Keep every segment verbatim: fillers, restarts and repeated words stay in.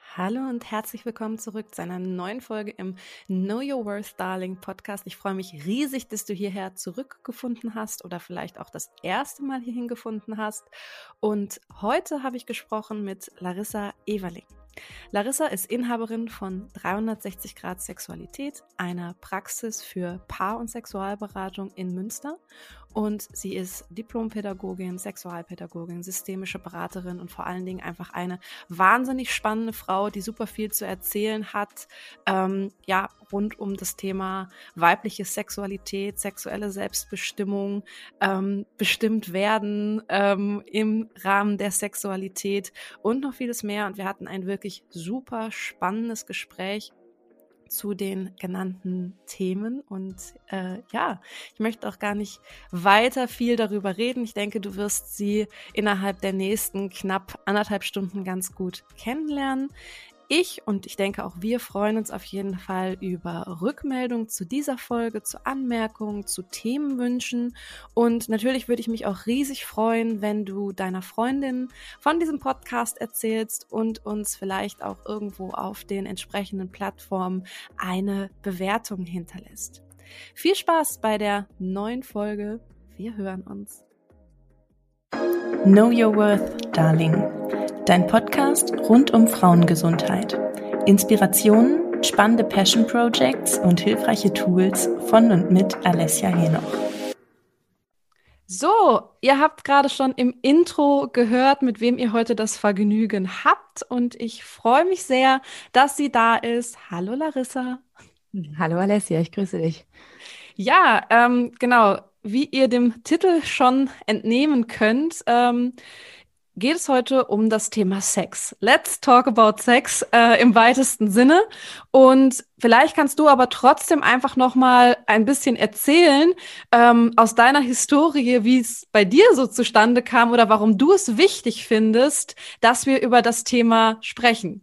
Hallo und herzlich willkommen zurück zu einer neuen Folge im Know Your Worth, Darling Podcast. Ich freue mich riesig, dass du hierher zurückgefunden hast oder vielleicht auch das erste Mal hierhin gefunden hast. Und heute habe ich gesprochen mit Larissa Everling. Larissa ist Inhaberin von dreihundertsechzig Grad Sexualität, einer Praxis für Paar- und Sexualberatung in Münster. Und sie ist Diplompädagogin, Sexualpädagogin, systemische Beraterin und vor allen Dingen einfach eine wahnsinnig spannende Frau, die super viel zu erzählen hat, ähm, ja, rund um das Thema weibliche Sexualität, sexuelle Selbstbestimmung, ähm, bestimmt werden ähm, im Rahmen der Sexualität und noch vieles mehr. Und wir hatten ein wirklich super spannendes Gespräch zu den genannten Themen und äh, ja, ich möchte auch gar nicht weiter viel darüber reden. Ich denke, du wirst sie innerhalb der nächsten knapp anderthalb Stunden ganz gut kennenlernen. Ich und ich denke auch wir freuen uns auf jeden Fall über Rückmeldungen zu dieser Folge, zu Anmerkungen, zu Themenwünschen und natürlich würde ich mich auch riesig freuen, wenn du deiner Freundin von diesem Podcast erzählst und uns vielleicht auch irgendwo auf den entsprechenden Plattformen eine Bewertung hinterlässt. Viel Spaß bei der neuen Folge. Wir hören uns. Know Your Worth, Darling. Dein Podcast rund um Frauengesundheit. Inspirationen, spannende Passion Projects und hilfreiche Tools von und mit Alessia Henoch. So, ihr habt gerade schon im Intro gehört, mit wem ihr heute das Vergnügen habt. Und ich freue mich sehr, dass sie da ist. Hallo Larissa. Hallo Alessia, ich grüße dich. Ja, ähm, genau. Wie ihr dem Titel schon entnehmen könnt, ähm, geht es heute um das Thema Sex. Let's talk about Sex äh, im weitesten Sinne. Und vielleicht kannst du aber trotzdem einfach noch mal ein bisschen erzählen ähm, aus deiner Historie, wie es bei dir so zustande kam oder warum du es wichtig findest, dass wir über das Thema sprechen.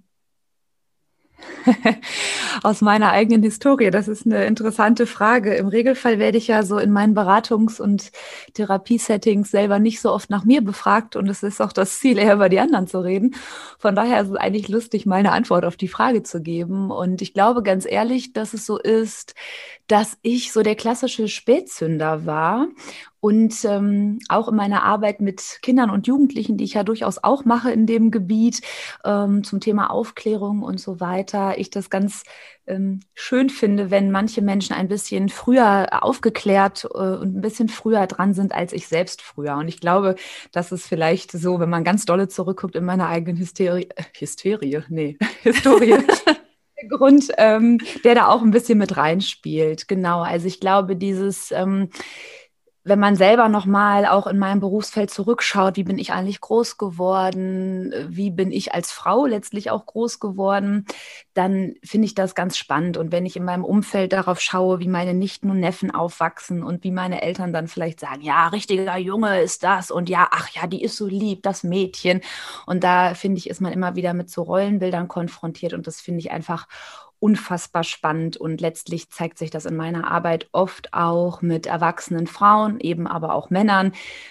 Aus meiner eigenen Historie, das ist eine interessante Frage. Im Regelfall werde ich ja so in meinen Beratungs- und Therapiesettings selber nicht so oft nach mir befragt und es ist auch das Ziel, eher über die anderen zu reden. Von daher ist es eigentlich lustig, meine Antwort auf die Frage zu geben. Und ich glaube ganz ehrlich, dass es so ist, dass ich so der klassische Spätzünder war. Und ähm, auch in meiner Arbeit mit Kindern und Jugendlichen, die ich ja durchaus auch mache in dem Gebiet, ähm, zum Thema Aufklärung und so weiter, ich das ganz ähm, schön finde, wenn manche Menschen ein bisschen früher aufgeklärt äh, und ein bisschen früher dran sind als ich selbst früher. Und ich glaube, das ist vielleicht so, wenn man ganz dolle zurückguckt in meiner eigenen Hysterie, äh, Hysterie, nee, Historie. Grund, ähm, der da auch ein bisschen mit reinspielt. Genau, also ich glaube, dieses... Ähm, wenn man selber nochmal auch in meinem Berufsfeld zurückschaut, wie bin ich eigentlich groß geworden, wie bin ich als Frau letztlich auch groß geworden, dann finde ich das ganz spannend. Und wenn ich in meinem Umfeld darauf schaue, wie meine Nichten und Neffen aufwachsen und wie meine Eltern dann vielleicht sagen, ja, richtiger Junge ist das und ja, ach ja, die ist so lieb, das Mädchen. Und da finde ich, ist man immer wieder mit so Rollenbildern konfrontiert und das finde ich einfach unfassbar spannend und letztlich zeigt sich das in meiner Arbeit oft auch mit erwachsenen Frauen, eben aber auch Männern,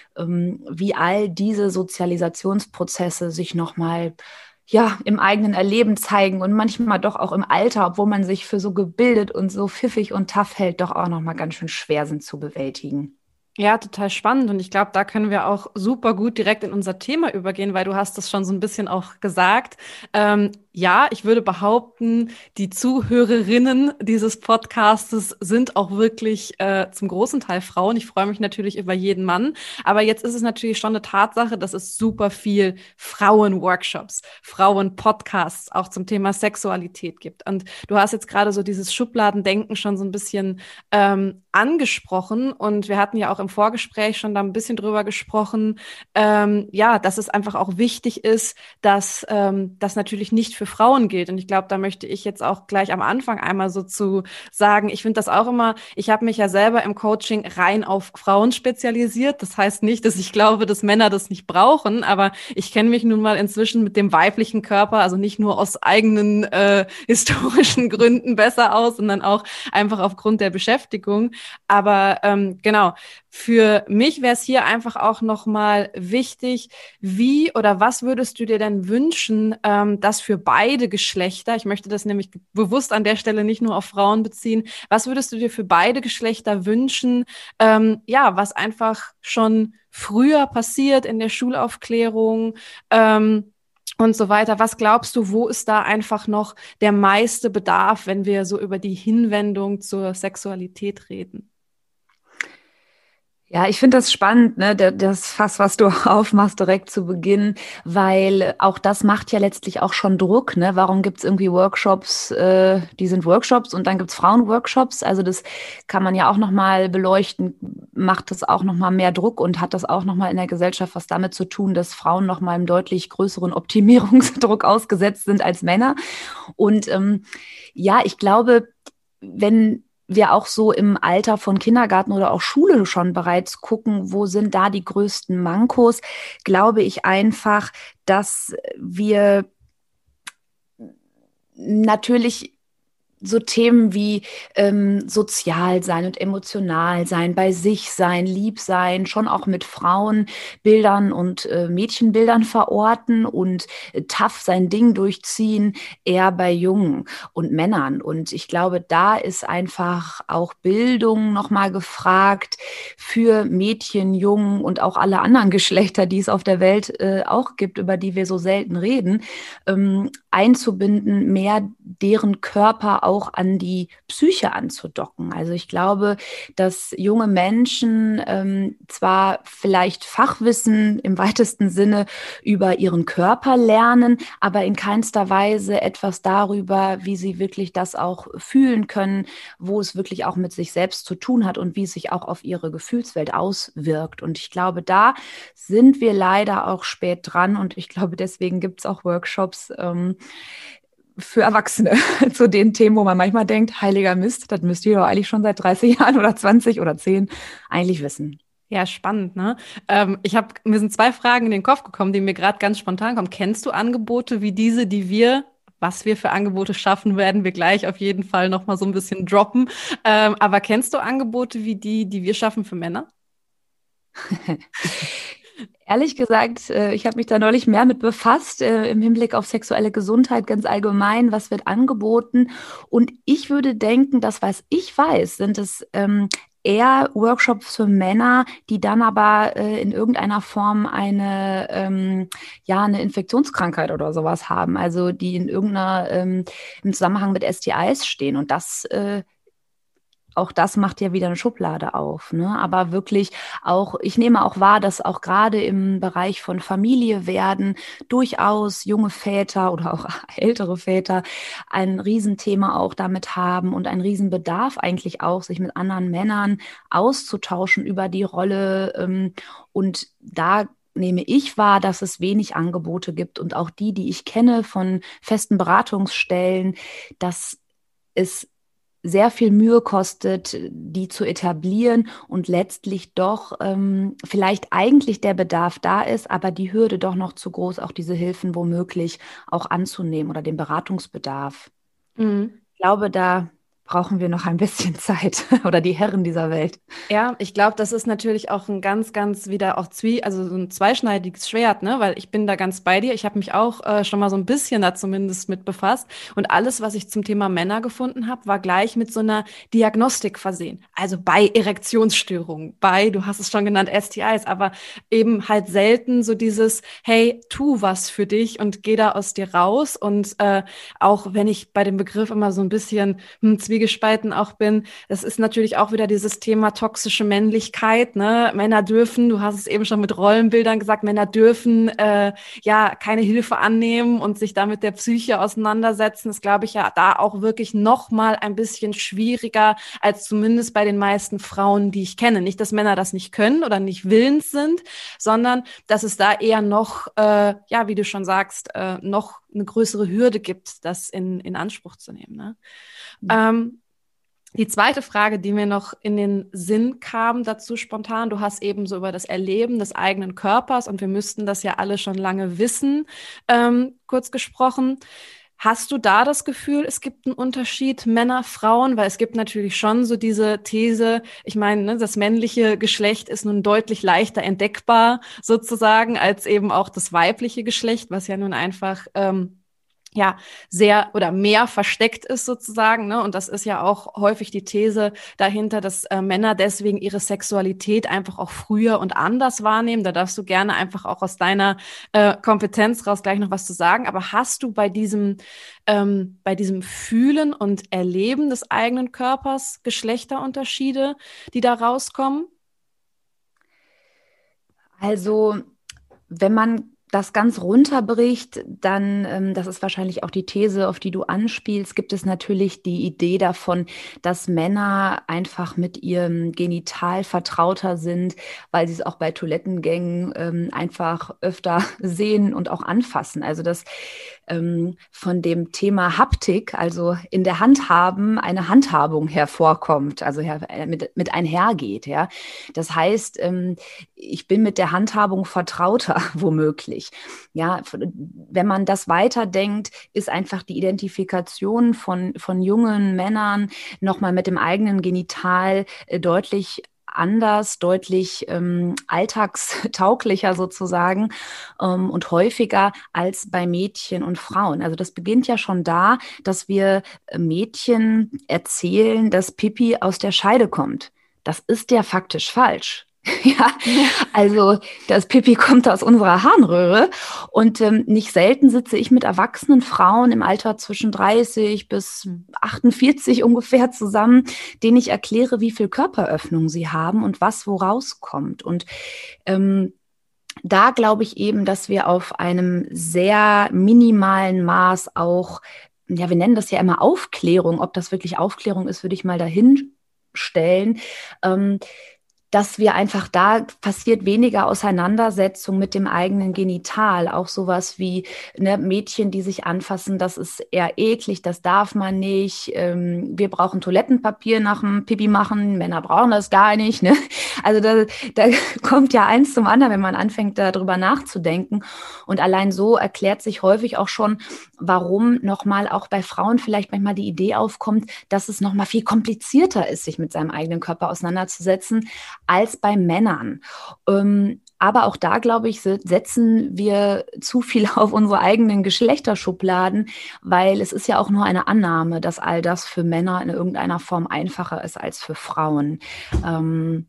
wie all diese Sozialisationsprozesse sich nochmal ja, im eigenen Erleben zeigen und manchmal doch auch im Alter, obwohl man sich für so gebildet und so pfiffig und tough hält, doch auch nochmal ganz schön schwer sind zu bewältigen. Ja, total spannend und ich glaube, da können wir auch super gut direkt in unser Thema übergehen, weil du hast das schon so ein bisschen auch gesagt. Ähm, ja, ich würde behaupten, die Zuhörerinnen dieses Podcastes sind auch wirklich äh, zum großen Teil Frauen. Ich freue mich natürlich über jeden Mann, aber jetzt ist es natürlich schon eine Tatsache, dass es super viel Frauenworkshops, Frauenpodcasts auch zum Thema Sexualität gibt. Und du hast jetzt gerade so dieses Schubladendenken schon so ein bisschen ähm, angesprochen und wir hatten ja auch im Vorgespräch schon da ein bisschen drüber gesprochen, ähm, ja, dass es einfach auch wichtig ist, dass ähm, das natürlich nicht für Frauen gilt. Und ich glaube, da möchte ich jetzt auch gleich am Anfang einmal so zu sagen, ich finde das auch immer, ich habe mich ja selber im Coaching rein auf Frauen spezialisiert. Das heißt nicht, dass ich glaube, dass Männer das nicht brauchen, aber ich kenne mich nun mal inzwischen mit dem weiblichen Körper, also nicht nur aus eigenen äh, historischen Gründen besser aus, sondern auch einfach aufgrund der Beschäftigung. Aber ähm, genau, für mich wäre es hier einfach auch nochmal wichtig, wie oder was würdest du dir denn wünschen, ähm, dass für beide Geschlechter, ich möchte das nämlich bewusst an der Stelle nicht nur auf Frauen beziehen, was würdest du dir für beide Geschlechter wünschen, ähm, ja, was einfach schon früher passiert in der Schulaufklärung, ähm, und so weiter. Was glaubst du, wo ist da einfach noch der meiste Bedarf, wenn wir so über die Hinwendung zur Sexualität reden? Ja, ich finde das spannend, ne, das Fass, was du aufmachst direkt zu Beginn, weil auch das macht ja letztlich auch schon Druck, ne? Warum gibt's irgendwie Workshops, äh, die sind Workshops und dann gibt's Frauenworkshops? Also das kann man ja auch nochmal beleuchten, macht das auch nochmal mehr Druck und hat das auch nochmal in der Gesellschaft was damit zu tun, dass Frauen nochmal einem deutlich größeren Optimierungsdruck ausgesetzt sind als Männer. Und ähm, ja, ich glaube, wenn wir auch so im Alter von Kindergarten oder auch Schule schon bereits gucken, wo sind da die größten Mankos, glaube ich einfach, dass wir natürlich so Themen wie ähm, sozial sein und emotional sein, bei sich sein, lieb sein, schon auch mit Frauenbildern und äh, Mädchenbildern verorten und äh, tough sein Ding durchziehen, eher bei Jungen und Männern. Und ich glaube, da ist einfach auch Bildung nochmal gefragt für Mädchen, Jungen und auch alle anderen Geschlechter, die es auf der Welt äh, auch gibt, über die wir so selten reden, ähm, einzubinden, mehr deren Körper auch an die Psyche anzudocken. Also ich glaube, dass junge Menschen ähm, zwar vielleicht Fachwissen im weitesten Sinne über ihren Körper lernen, aber in keinster Weise etwas darüber, wie sie wirklich das auch fühlen können, wo es wirklich auch mit sich selbst zu tun hat und wie es sich auch auf ihre Gefühlswelt auswirkt. Und ich glaube, da sind wir leider auch spät dran und ich glaube, deswegen gibt es auch Workshops, ähm, für Erwachsene zu den Themen, wo man manchmal denkt, heiliger Mist, das müsst ihr doch eigentlich schon seit dreißig Jahren oder zwanzig oder zehn eigentlich wissen. Ja, spannend, ne? Ähm, ich habe, mir sind zwei Fragen in den Kopf gekommen, die mir gerade ganz spontan kommen. Kennst du Angebote wie diese, die wir, was wir für Angebote schaffen, werden wir gleich auf jeden Fall noch mal so ein bisschen droppen. Ähm, aber kennst du Angebote wie die, die wir schaffen für Männer? Ehrlich gesagt, ich habe mich da neulich mehr mit befasst, im Hinblick auf sexuelle Gesundheit ganz allgemein. Was wird angeboten? Und ich würde denken, das, was ich weiß, sind es ähm, eher Workshops für Männer, die dann aber äh, in irgendeiner Form eine, ähm, ja, eine Infektionskrankheit oder sowas haben. Also die in irgendeiner, ähm, im Zusammenhang mit S T Is stehen. Und das äh, auch das macht ja wieder eine Schublade auf, ne? Aber wirklich auch, ich nehme auch wahr, dass auch gerade im Bereich von Familie werden durchaus junge Väter oder auch ältere Väter ein Riesenthema auch damit haben und ein Riesenbedarf eigentlich auch, sich mit anderen Männern auszutauschen über die Rolle. Ähm, und da nehme ich wahr, dass es wenig Angebote gibt und auch die, die ich kenne von festen Beratungsstellen, dass es sehr viel Mühe kostet, die zu etablieren und letztlich doch ähm, vielleicht eigentlich der Bedarf da ist, aber die Hürde doch noch zu groß, auch diese Hilfen womöglich auch anzunehmen oder den Beratungsbedarf. Mhm. Ich glaube, da brauchen wir noch ein bisschen Zeit oder die Herren dieser Welt. Ja, ich glaube, das ist natürlich auch ein ganz, ganz wieder auch zwie, also so ein zweischneidiges Schwert, ne? Weil ich bin da ganz bei dir. Ich habe mich auch äh, schon mal so ein bisschen da zumindest mit befasst. Und alles, was ich zum Thema Männer gefunden habe, war gleich mit so einer Diagnostik versehen. Also bei Erektionsstörungen, bei, du hast es schon genannt, S T Is, aber eben halt selten so dieses, hey, tu was für dich und geh da aus dir raus. Und äh, auch wenn ich bei dem Begriff immer so ein bisschen hm, zwiegespalten auch bin, das ist natürlich auch wieder dieses Thema toxische Männlichkeit, ne? Männer dürfen, du hast es eben schon mit Rollenbildern gesagt, Männer dürfen äh, ja keine Hilfe annehmen und sich da mit der Psyche auseinandersetzen. Das glaube ich ja da auch wirklich noch mal ein bisschen schwieriger als zumindest bei den meisten Frauen, die ich kenne. Nicht, dass Männer das nicht können oder nicht willens sind, sondern dass es da eher noch, äh, ja, wie du schon sagst, äh, noch eine größere Hürde gibt, das in, in Anspruch zu nehmen, ne? Mhm. Ähm, Die zweite Frage, die mir noch in den Sinn kam dazu spontan, du hast eben so über das Erleben des eigenen Körpers und wir müssten das ja alle schon lange wissen, ähm, kurz gesprochen. Hast du da das Gefühl, es gibt einen Unterschied Männer, Frauen? Weil es gibt natürlich schon so diese These, ich meine, ne, das männliche Geschlecht ist nun deutlich leichter entdeckbar sozusagen als eben auch das weibliche Geschlecht, was ja nun einfach ähm, ja sehr oder mehr versteckt ist sozusagen, ne? Und das ist ja auch häufig die These dahinter, dass äh, Männer deswegen ihre Sexualität einfach auch früher und anders wahrnehmen. Da darfst du gerne einfach auch aus deiner äh, Kompetenz raus gleich noch was zu sagen. Aber hast du bei diesem ähm, bei diesem Fühlen und Erleben des eigenen Körpers Geschlechterunterschiede, die da rauskommen? Also, wenn man das ganz runterbricht, dann, ähm, das ist wahrscheinlich auch die These, auf die du anspielst, gibt es natürlich die Idee davon, dass Männer einfach mit ihrem Genital vertrauter sind, weil sie es auch bei Toilettengängen ähm, einfach öfter sehen und auch anfassen. Also dass ähm, von dem Thema Haptik, also in der Hand haben, eine Handhabung hervorkommt, also her, mit, mit einhergeht. Ja? Das heißt, ähm, ich bin mit der Handhabung vertrauter, womöglich. Ja, wenn man das weiterdenkt, ist einfach die Identifikation von, von jungen Männern nochmal mit dem eigenen Genital äh, deutlich anders, deutlich ähm, alltagstauglicher sozusagen ähm, und häufiger als bei Mädchen und Frauen. Also das beginnt ja schon da, dass wir Mädchen erzählen, dass Pipi aus der Scheide kommt. Das ist ja faktisch falsch. Ja, also das Pipi kommt aus unserer Harnröhre und ähm, nicht selten sitze ich mit erwachsenen Frauen im Alter zwischen dreißig bis achtundvierzig ungefähr zusammen, denen ich erkläre, wie viel Körperöffnung sie haben und was wo rauskommt. Und ähm, da glaube ich eben, dass wir auf einem sehr minimalen Maß auch, ja, wir nennen das ja immer Aufklärung, ob das wirklich Aufklärung ist, würde ich mal dahin stellen, ähm, dass wir einfach, da passiert weniger Auseinandersetzung mit dem eigenen Genital. Auch sowas wie ne, Mädchen, die sich anfassen, das ist eher eklig, das darf man nicht. Ähm, wir brauchen Toilettenpapier nach dem Pipi machen, Männer brauchen das gar nicht. Ne? Also da, da kommt ja eins zum anderen, wenn man anfängt, darüber nachzudenken. Und allein so erklärt sich häufig auch schon, warum nochmal auch bei Frauen vielleicht manchmal die Idee aufkommt, dass es nochmal viel komplizierter ist, sich mit seinem eigenen Körper auseinanderzusetzen, als bei Männern. Ähm, aber auch da, glaube ich, setzen wir zu viel auf unsere eigenen Geschlechterschubladen, weil es ist ja auch nur eine Annahme, dass all das für Männer in irgendeiner Form einfacher ist als für Frauen. Ähm,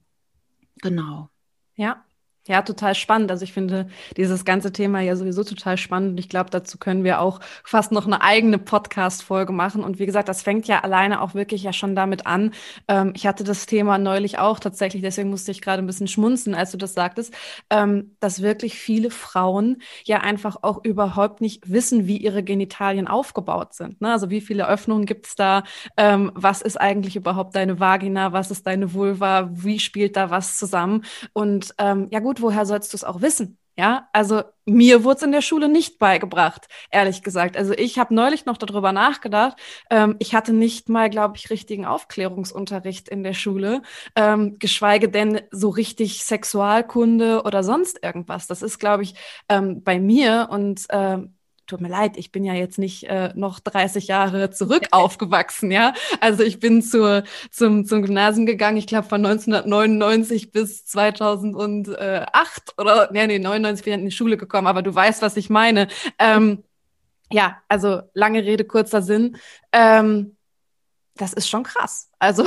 genau. Ja. Ja, total spannend. Also ich finde dieses ganze Thema ja sowieso total spannend. Und ich glaube, dazu können wir auch fast noch eine eigene Podcast-Folge machen. Und wie gesagt, das fängt ja alleine auch wirklich ja schon damit an. Ähm, ich hatte das Thema neulich auch tatsächlich, deswegen musste ich gerade ein bisschen schmunzeln, als du das sagtest, ähm, dass wirklich viele Frauen ja einfach auch überhaupt nicht wissen, wie ihre Genitalien aufgebaut sind. Ne? Also wie viele Öffnungen gibt es da? Ähm, was ist eigentlich überhaupt deine Vagina? Was ist deine Vulva? Wie spielt da was zusammen? Und ähm, ja gut, woher sollst du es auch wissen? Ja, also mir wurde es in der Schule nicht beigebracht, ehrlich gesagt. Also ich habe neulich noch darüber nachgedacht. Ähm, ich hatte nicht mal, glaube ich, richtigen Aufklärungsunterricht in der Schule, ähm, geschweige denn so richtig Sexualkunde oder sonst irgendwas. Das ist, glaube ich, ähm, bei mir und ähm, tut mir leid, ich bin ja jetzt nicht äh, noch dreißig Jahre zurück aufgewachsen, ja. Also ich bin zur, zum, zum Gymnasium gegangen, ich glaube von neunzehnhundertneunundneunzig bis zweitausendacht oder, nee, nee, neunundneunzig bin ich in die Schule gekommen, aber du weißt, was ich meine. Ähm, ja, also lange Rede, kurzer Sinn. Ähm, das ist schon krass. Also,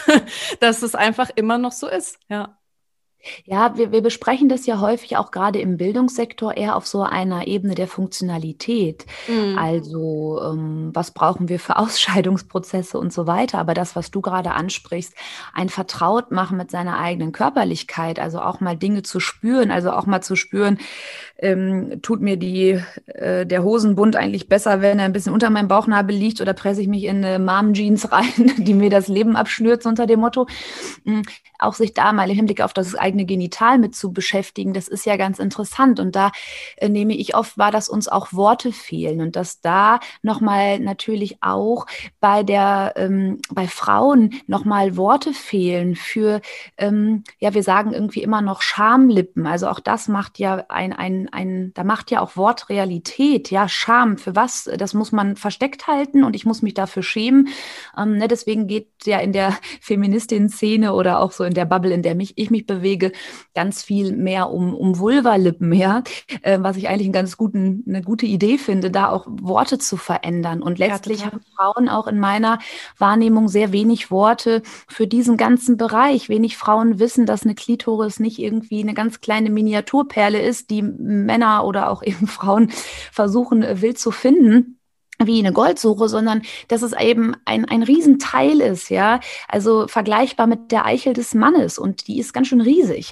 dass es einfach immer noch so ist, ja. Ja, wir, wir besprechen das ja häufig auch gerade im Bildungssektor eher auf so einer Ebene der Funktionalität. Mhm. Also ähm, was brauchen wir für Ausscheidungsprozesse und so weiter. Aber das, was du gerade ansprichst, ein Vertrautmachen mit seiner eigenen Körperlichkeit, also auch mal Dinge zu spüren, also auch mal zu spüren, ähm, tut mir die, äh, der Hosenbund eigentlich besser, wenn er ein bisschen unter meinem Bauchnabel liegt, oder presse ich mich in eine Mom-Jeans rein, die mir das Leben abschnürt, so unter dem Motto. Auch sich da mal im Hinblick auf das eigene Genital mit zu beschäftigen, das ist ja ganz interessant. Und da äh, nehme ich oft wahr, dass uns auch Worte fehlen und dass da nochmal natürlich auch bei der, ähm, bei Frauen nochmal Worte fehlen für, ähm, ja, wir sagen irgendwie immer noch Schamlippen. Also auch das macht ja ein, ein, ein, da macht ja auch Wort Realität. Ja, Scham, für was? Das muss man versteckt halten und ich muss mich dafür schämen. Ähm, ne, deswegen geht ja in der Feministin-Szene oder auch so in der Bubble, in der mich, ich mich bewege, ganz viel mehr um, um Vulvalippen, ja, äh, was ich eigentlich einen ganz guten, eine gute Idee finde, da auch Worte zu verändern. Und letztlich Ja, haben Frauen auch in meiner Wahrnehmung sehr wenig Worte für diesen ganzen Bereich. Wenig Frauen wissen, dass eine Klitoris nicht irgendwie eine ganz kleine Miniaturperle ist, die Männer oder auch eben Frauen versuchen, äh, wild zu finden, wie eine Goldsuche, sondern dass es eben ein, ein Riesenteil ist, ja, also vergleichbar mit der Eichel des Mannes und die ist ganz schön riesig.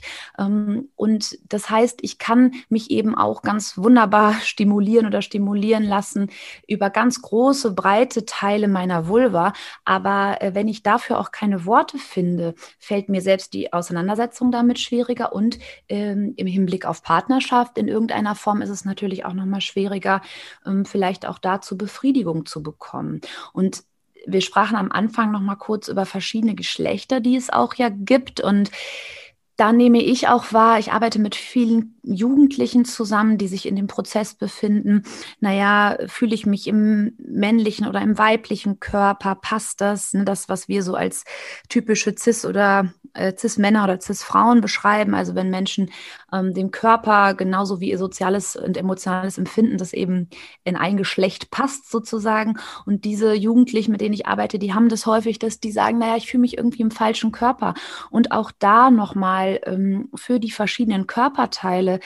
Und das heißt, ich kann mich eben auch ganz wunderbar stimulieren oder stimulieren lassen über ganz große, breite Teile meiner Vulva, aber wenn ich dafür auch keine Worte finde, fällt mir selbst die Auseinandersetzung damit schwieriger und ähm, im Hinblick auf Partnerschaft in irgendeiner Form ist es natürlich auch nochmal schwieriger, ähm, vielleicht auch dazu befriedigen, Befriedigung zu bekommen. Und wir sprachen am Anfang noch mal kurz über verschiedene Geschlechter, die es auch ja gibt. Und da nehme ich auch wahr, ich arbeite mit vielen Jugendlichen zusammen, die sich in dem Prozess befinden. Naja, fühle ich mich im männlichen oder im weiblichen Körper? Passt das? Ne, das, was wir so als typische Cis- oder äh, Cis-Männer oder Cis-Frauen beschreiben. Also wenn Menschen ähm, dem Körper genauso wie ihr soziales und emotionales Empfinden, das eben in ein Geschlecht passt sozusagen. Und diese Jugendlichen, mit denen ich arbeite, die haben das häufig, dass die sagen, naja, ich fühle mich irgendwie im falschen Körper. Und auch da nochmal ähm, für die verschiedenen Körperteile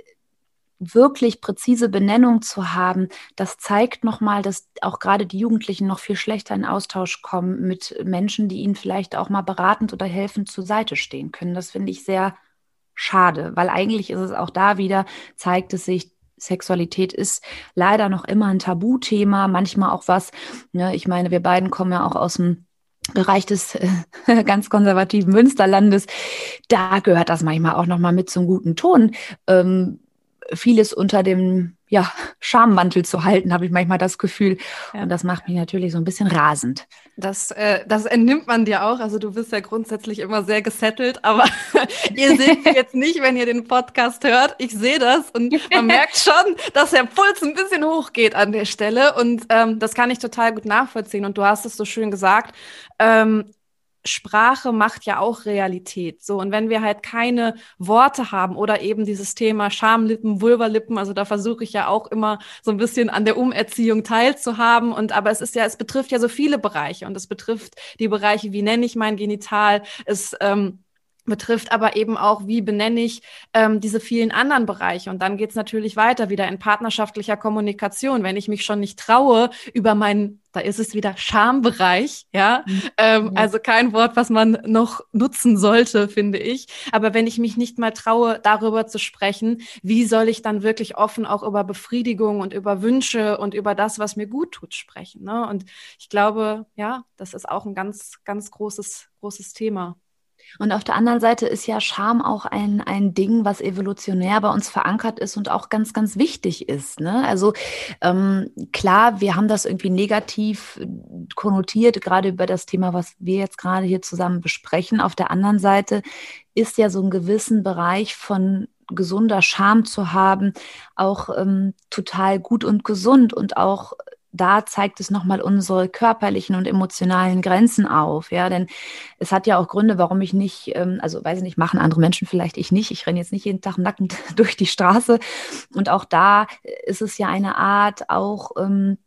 wirklich präzise Benennung zu haben, das zeigt nochmal, dass auch gerade die Jugendlichen noch viel schlechter in Austausch kommen mit Menschen, die ihnen vielleicht auch mal beratend oder helfend zur Seite stehen können. Das finde ich sehr schade, weil eigentlich ist es auch da wieder, zeigt es sich, Sexualität ist leider noch immer ein Tabuthema, manchmal auch was, ne, ich meine, wir beiden kommen ja auch aus dem Bereich des äh, ganz konservativen Münsterlandes, da gehört das manchmal auch nochmal mit zum guten Ton. Ähm, vieles unter dem ja, Schammantel zu halten, habe ich manchmal das Gefühl. Ja. Und das macht mich natürlich so ein bisschen rasend. Das, äh, das entnimmt man dir auch. Also du bist ja grundsätzlich immer sehr gesettelt, aber ihr seht jetzt nicht, wenn ihr den Podcast hört. Ich sehe das und man merkt schon, dass der Puls ein bisschen hochgeht an der Stelle. Und ähm, das kann ich total gut nachvollziehen. Und du hast es so schön gesagt, ähm, Sprache macht ja auch Realität. So, und wenn wir halt keine Worte haben oder eben dieses Thema Schamlippen, Vulvalippen, also da versuche ich ja auch immer so ein bisschen an der Umerziehung teilzuhaben. Und aber es ist ja, es betrifft ja so viele Bereiche und es betrifft die Bereiche, wie nenne ich mein Genital, es ähm, betrifft aber eben auch, wie benenne ich ähm, diese vielen anderen Bereiche. Und dann geht es natürlich weiter, wieder in partnerschaftlicher Kommunikation. Wenn ich mich schon nicht traue, über meinen, da ist es wieder Schambereich, ja, mhm. ähm, also kein Wort, was man noch nutzen sollte, finde ich. Aber wenn ich mich nicht mal traue, darüber zu sprechen, wie soll ich dann wirklich offen auch über Befriedigung und über Wünsche und über das, was mir gut tut, sprechen, ne? Und ich glaube, ja, das ist auch ein ganz, ganz großes, großes Thema. Und auf der anderen Seite ist ja Scham auch ein, ein Ding, was evolutionär bei uns verankert ist und auch ganz, ganz wichtig ist, ne? Also ähm, klar, wir haben das irgendwie negativ konnotiert, gerade über das Thema, was wir jetzt gerade hier zusammen besprechen. Auf der anderen Seite ist ja so ein gewissen Bereich von gesunder Scham zu haben, auch ähm, total gut und gesund und auch da zeigt es nochmal unsere körperlichen und emotionalen Grenzen auf, ja, denn es hat ja auch Gründe, warum ich nicht, also weiß ich nicht, machen andere Menschen vielleicht, ich nicht, ich renne jetzt nicht jeden Tag nackend durch die Straße und auch da ist es ja eine Art auch, ähm,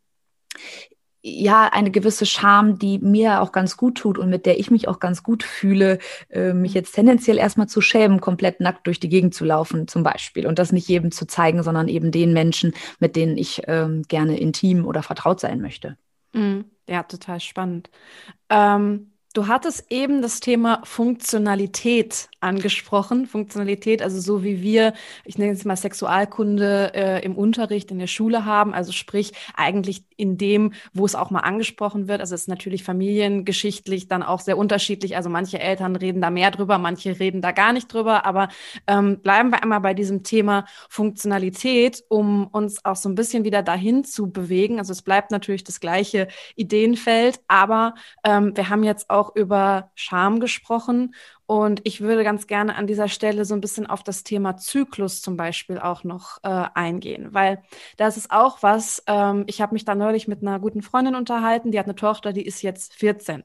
ja, eine gewisse Scham, die mir auch ganz gut tut und mit der ich mich auch ganz gut fühle, äh, mich jetzt tendenziell erstmal zu schämen, komplett nackt durch die Gegend zu laufen zum Beispiel und das nicht jedem zu zeigen, sondern eben den Menschen, mit denen ich ähm, gerne intim oder vertraut sein möchte. Mhm. Ja, total spannend. Ähm Du hattest eben das Thema Funktionalität angesprochen. Funktionalität, also so wie wir, ich nenne es mal Sexualkunde äh, im Unterricht in der Schule haben, also sprich eigentlich in dem, wo es auch mal angesprochen wird. Also es ist natürlich familiengeschichtlich dann auch sehr unterschiedlich. Also manche Eltern reden da mehr drüber, manche reden da gar nicht drüber. Aber ähm, bleiben wir einmal bei diesem Thema Funktionalität, um uns auch so ein bisschen wieder dahin zu bewegen. Also es bleibt natürlich das gleiche Ideenfeld, aber ähm, wir haben jetzt auch über Scham gesprochen und ich würde ganz gerne an dieser Stelle so ein bisschen auf das Thema Zyklus zum Beispiel auch noch äh, eingehen, weil das ist auch was, ähm, ich habe mich da neulich mit einer guten Freundin unterhalten, die hat eine Tochter, die ist jetzt vierzehn.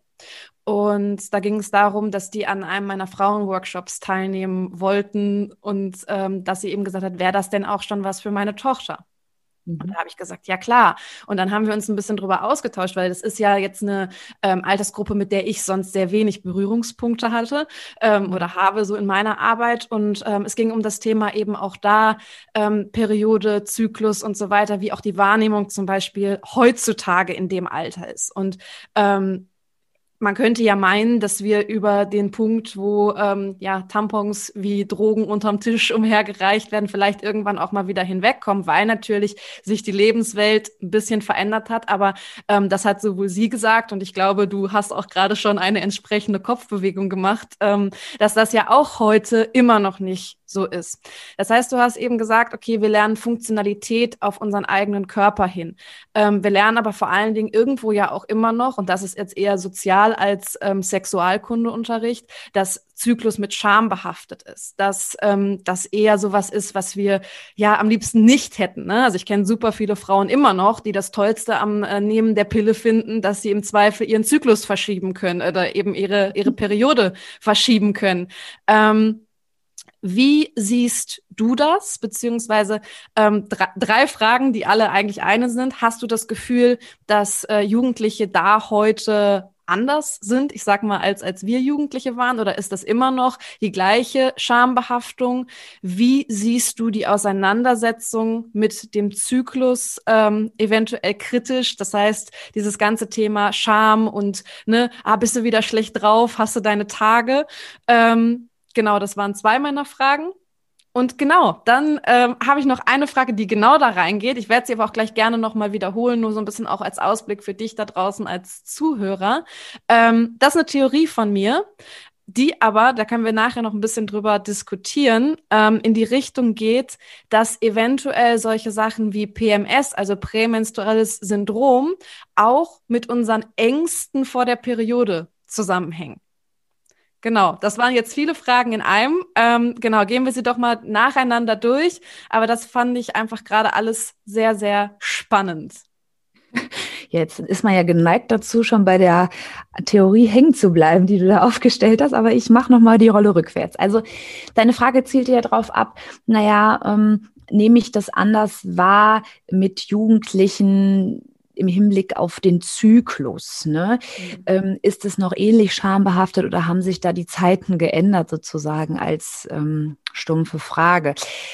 Und da ging es darum, dass die an einem meiner Frauenworkshops teilnehmen wollten und ähm, dass sie eben gesagt hat, wäre das denn auch schon was für meine Tochter? Und da habe ich gesagt, ja klar. Und dann haben wir uns ein bisschen drüber ausgetauscht, weil das ist ja jetzt eine ähm, Altersgruppe, mit der ich sonst sehr wenig Berührungspunkte hatte ähm, oder habe so in meiner Arbeit. Und ähm, es ging um das Thema eben auch da, ähm, Periode, Zyklus und so weiter, wie auch die Wahrnehmung zum Beispiel heutzutage in dem Alter ist. Und ähm, man könnte ja meinen, dass wir über den Punkt, wo ähm, ja Tampons wie Drogen unterm Tisch umhergereicht werden, vielleicht irgendwann auch mal wieder hinwegkommen, weil natürlich sich die Lebenswelt ein bisschen verändert hat. Aber ähm, das hat sowohl sie gesagt, und ich glaube, du hast auch gerade schon eine entsprechende Kopfbewegung gemacht, ähm, dass das ja auch heute immer noch nicht so ist. Das heißt, du hast eben gesagt, okay, wir lernen Funktionalität auf unseren eigenen Körper hin. Ähm, wir lernen aber vor allen Dingen irgendwo ja auch immer noch, und das ist jetzt eher sozial als ähm, Sexualkundeunterricht, dass Zyklus mit Scham behaftet ist, dass ähm, das eher sowas ist, was wir ja am liebsten nicht hätten. Ne? Also ich kenne super viele Frauen immer noch, die das Tollste am äh, Nehmen der Pille finden, dass sie im Zweifel ihren Zyklus verschieben können oder eben ihre, ihre Periode verschieben können. Ähm, Wie siehst du das? Beziehungsweise ähm, drei, drei Fragen, die alle eigentlich eine sind. Hast du das Gefühl, dass äh, Jugendliche da heute anders sind, ich sag mal, als, als wir Jugendliche waren? Oder ist das immer noch die gleiche Schambehaftung? Wie siehst du die Auseinandersetzung mit dem Zyklus ähm, eventuell kritisch? Das heißt, dieses ganze Thema Scham und, ne, ah, bist du wieder schlecht drauf? Hast du deine Tage? Ähm, Genau, das waren zwei meiner Fragen. Und genau, dann ähm, habe ich noch eine Frage, die genau da reingeht. Ich werde sie aber auch gleich gerne nochmal wiederholen, nur so ein bisschen auch als Ausblick für dich da draußen als Zuhörer. Ähm, das ist eine Theorie von mir, die aber, da können wir nachher noch ein bisschen drüber diskutieren, ähm, in die Richtung geht, dass eventuell solche Sachen wie P M S, also prämenstruelles Syndrom, auch mit unseren Ängsten vor der Periode zusammenhängen. Genau, das waren jetzt viele Fragen in einem. Ähm, genau, gehen wir sie doch mal nacheinander durch. Aber das fand ich einfach gerade alles sehr, sehr spannend. Jetzt ist man ja geneigt dazu, schon bei der Theorie hängen zu bleiben, die du da aufgestellt hast. Aber ich mache nochmal die Rolle rückwärts. Also deine Frage zielte ja darauf ab, naja, ähm, nehme ich das anders wahr mit Jugendlichen im Hinblick auf den Zyklus, ne? Mhm. Ähm, ist es noch ähnlich schambehaftet oder haben sich da die Zeiten geändert sozusagen als ähm, stumpfe Frage?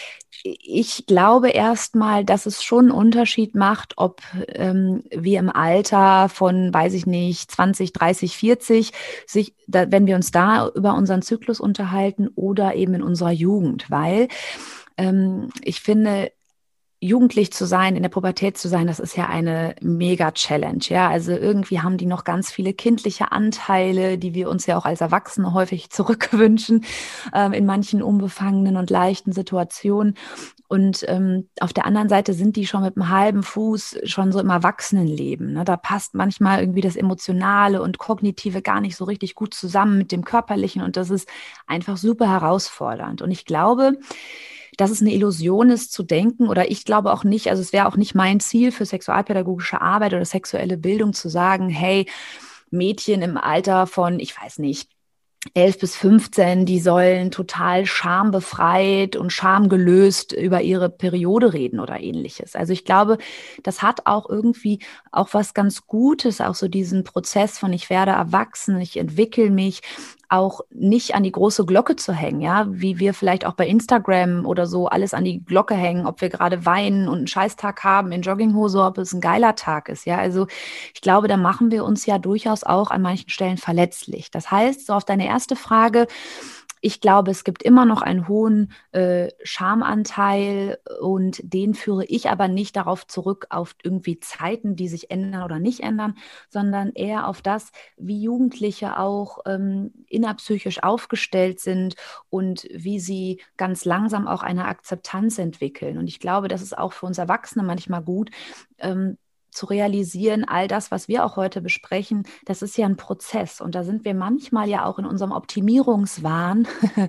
Ich glaube erstmal, dass es schon einen Unterschied macht, ob ähm, wir im Alter von, weiß ich nicht, zwanzig, dreißig, vierzig, sich, da, wenn wir uns da über unseren Zyklus unterhalten oder eben in unserer Jugend, weil ähm, ich finde, jugendlich zu sein, in der Pubertät zu sein, das ist ja eine Mega-Challenge, ja. Also irgendwie haben die noch ganz viele kindliche Anteile, die wir uns ja auch als Erwachsene häufig zurückwünschen, ähm, in manchen unbefangenen und leichten Situationen. Und ähm, auf der anderen Seite sind die schon mit einem halben Fuß schon so im Erwachsenenleben. Ne? Da passt manchmal irgendwie das Emotionale und Kognitive gar nicht so richtig gut zusammen mit dem Körperlichen. Und das ist einfach super herausfordernd. Und ich glaube, dass es eine Illusion ist zu denken, oder ich glaube auch nicht, also es wäre auch nicht mein Ziel für sexualpädagogische Arbeit oder sexuelle Bildung zu sagen, hey, Mädchen im Alter von, ich weiß nicht, elf bis fünfzehn, die sollen total schambefreit und schamgelöst über ihre Periode reden oder ähnliches. Also ich glaube, das hat auch irgendwie auch was ganz Gutes, auch so diesen Prozess von ich werde erwachsen, ich entwickle mich, auch nicht an die große Glocke zu hängen, ja, wie wir vielleicht auch bei Instagram oder so alles an die Glocke hängen, ob wir gerade weinen und einen Scheißtag haben in Jogginghose, ob es ein geiler Tag ist, ja, also ich glaube, da machen wir uns ja durchaus auch an manchen Stellen verletzlich. Das heißt, so auf deine erste Frage, ich glaube, es gibt immer noch einen hohen äh, Schamanteil und den führe ich aber nicht darauf zurück, auf irgendwie Zeiten, die sich ändern oder nicht ändern, sondern eher auf das, wie Jugendliche auch ähm, innerpsychisch aufgestellt sind und wie sie ganz langsam auch eine Akzeptanz entwickeln. Und ich glaube, das ist auch für uns Erwachsene manchmal gut, ähm, zu realisieren, all das, was wir auch heute besprechen, das ist ja ein Prozess. Und da sind wir manchmal ja auch in unserem Optimierungswahn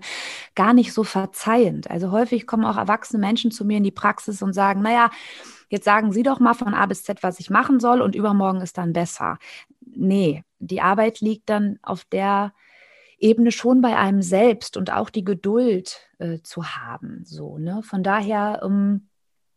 gar nicht so verzeihend. Also häufig kommen auch erwachsene Menschen zu mir in die Praxis und sagen, naja, jetzt sagen Sie doch mal von A bis Z, was ich machen soll und übermorgen ist dann besser. Nee, die Arbeit liegt dann auf der Ebene schon bei einem selbst und auch die Geduld äh, zu haben. So, ne? Von daher, ähm,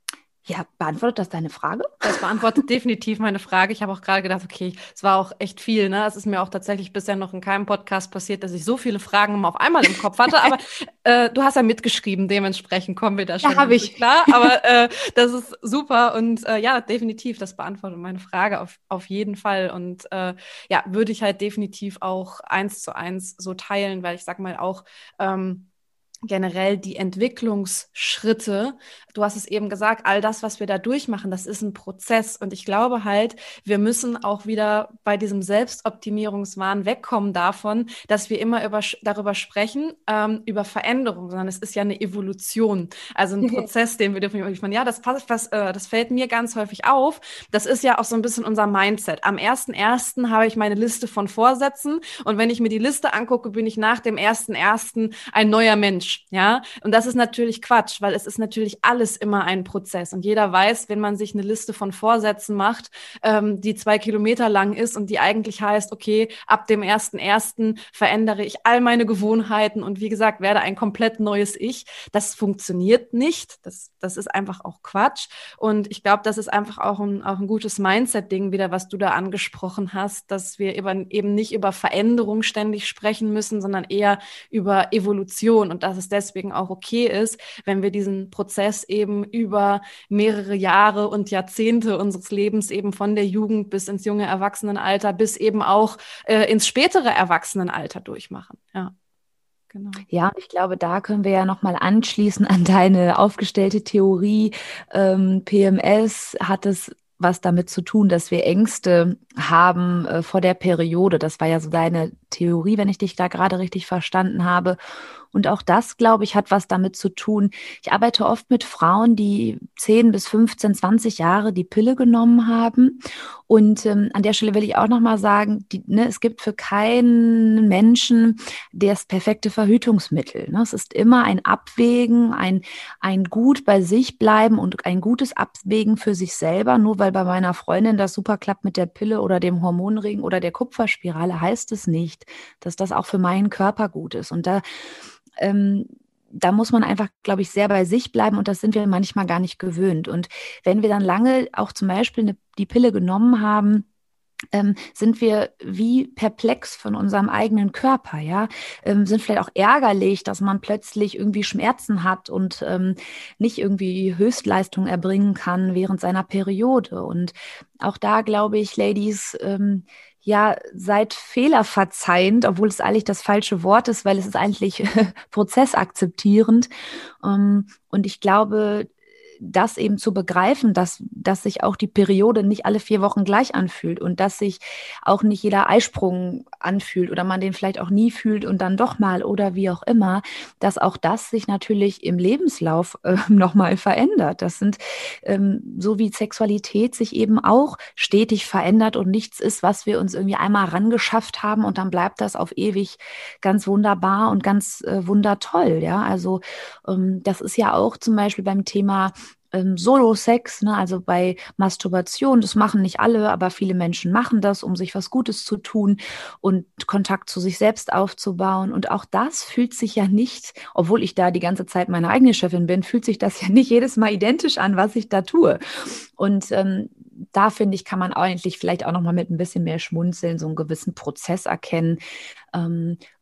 ja, beantwortet das deine Frage? Das beantwortet definitiv meine Frage. Ich habe auch gerade gedacht, okay, es war auch echt viel, ne? Es ist mir auch tatsächlich bisher noch in keinem Podcast passiert, dass ich so viele Fragen immer auf einmal im Kopf hatte. Aber äh, du hast ja mitgeschrieben, dementsprechend kommen wir da schon. Ja, habe ich. Klar, aber äh, das ist super. Und äh, ja, definitiv, das beantwortet meine Frage auf, auf jeden Fall. Und äh, ja, würde ich halt definitiv auch eins zu eins so teilen, weil ich sag mal auch, ähm, generell die Entwicklungsschritte, du hast es eben gesagt, all das, was wir da durchmachen, das ist ein Prozess. Und ich glaube halt, wir müssen auch wieder bei diesem Selbstoptimierungswahn wegkommen davon, dass wir immer über, darüber sprechen, ähm, über Veränderung, sondern es ist ja eine Evolution. Also ein Prozess, den wir dürfen, ja, das passt, was, äh, das fällt mir ganz häufig auf. Das ist ja auch so ein bisschen unser Mindset. Am ersten ersten habe ich meine Liste von Vorsätzen und wenn ich mir die Liste angucke, bin ich nach dem ersten ersten ein neuer Mensch. Ja, und das ist natürlich Quatsch, weil es ist natürlich alles immer ein Prozess und jeder weiß, wenn man sich eine Liste von Vorsätzen macht, ähm, die zwei Kilometer lang ist und die eigentlich heißt, okay, ab dem ersten ersten verändere ich all meine Gewohnheiten und wie gesagt, werde ein komplett neues Ich. Das funktioniert nicht, das, das ist einfach auch Quatsch und ich glaube, das ist einfach auch ein, auch ein gutes Mindset-Ding wieder, was du da angesprochen hast, dass wir eben, eben nicht über Veränderung ständig sprechen müssen, sondern eher über Evolution und das dass es deswegen auch okay ist, wenn wir diesen Prozess eben über mehrere Jahre und Jahrzehnte unseres Lebens eben von der Jugend bis ins junge Erwachsenenalter bis eben auch äh, ins spätere Erwachsenenalter durchmachen. Ja. Genau. Ja, ich glaube, da können wir ja nochmal anschließen an deine aufgestellte Theorie. Ähm, P M S hat es was damit zu tun, dass wir Ängste haben äh, vor der Periode. Das war ja so deine Theorie, wenn ich dich da gerade richtig verstanden habe. Und auch das, glaube ich, hat was damit zu tun. Ich arbeite oft mit Frauen, die zehn bis fünfzehn, zwanzig Jahre die Pille genommen haben. Und ähm, an der Stelle will ich auch nochmal sagen, die, ne, es gibt für keinen Menschen das perfekte Verhütungsmittel. Ne? Es ist immer ein Abwägen, ein, ein gut bei sich bleiben und ein gutes Abwägen für sich selber. Nur weil bei meiner Freundin das super klappt mit der Pille oder dem Hormonring oder der Kupferspirale, heißt es nicht, dass das auch für meinen Körper gut ist. Und da Ähm, da muss man einfach, glaube ich, sehr bei sich bleiben und das sind wir manchmal gar nicht gewöhnt. Und wenn wir dann lange auch zum Beispiel eine, die Pille genommen haben, ähm, sind wir wie perplex von unserem eigenen Körper, ja, ähm, sind vielleicht auch ärgerlich, dass man plötzlich irgendwie Schmerzen hat und ähm, nicht irgendwie Höchstleistung erbringen kann während seiner Periode. Und auch da glaube ich, Ladies, ähm, ja, seid fehlerverzeihend, obwohl es eigentlich das falsche Wort ist, weil es ist eigentlich prozessakzeptierend. Ähm, und ich glaube, das eben zu begreifen, dass, dass sich auch die Periode nicht alle vier Wochen gleich anfühlt und dass sich auch nicht jeder Eisprung anfühlt oder man den vielleicht auch nie fühlt und dann doch mal oder wie auch immer, dass auch das sich natürlich im Lebenslauf äh, nochmal verändert. Das sind, ähm, so wie Sexualität sich eben auch stetig verändert und nichts ist, was wir uns irgendwie einmal rangeschafft haben und dann bleibt das auf ewig ganz wunderbar und ganz äh, wundertoll. Ja, also ähm, das ist ja auch zum Beispiel beim Thema Ähm, Solo-Sex, ne, also bei Masturbation, das machen nicht alle, aber viele Menschen machen das, um sich was Gutes zu tun und Kontakt zu sich selbst aufzubauen. Und auch das fühlt sich ja nicht, obwohl ich da die ganze Zeit meine eigene Chefin bin, fühlt sich das ja nicht jedes Mal identisch an, was ich da tue. Und ähm, da finde ich, kann man eigentlich vielleicht auch noch mal mit ein bisschen mehr Schmunzeln so einen gewissen Prozess erkennen. Ähm,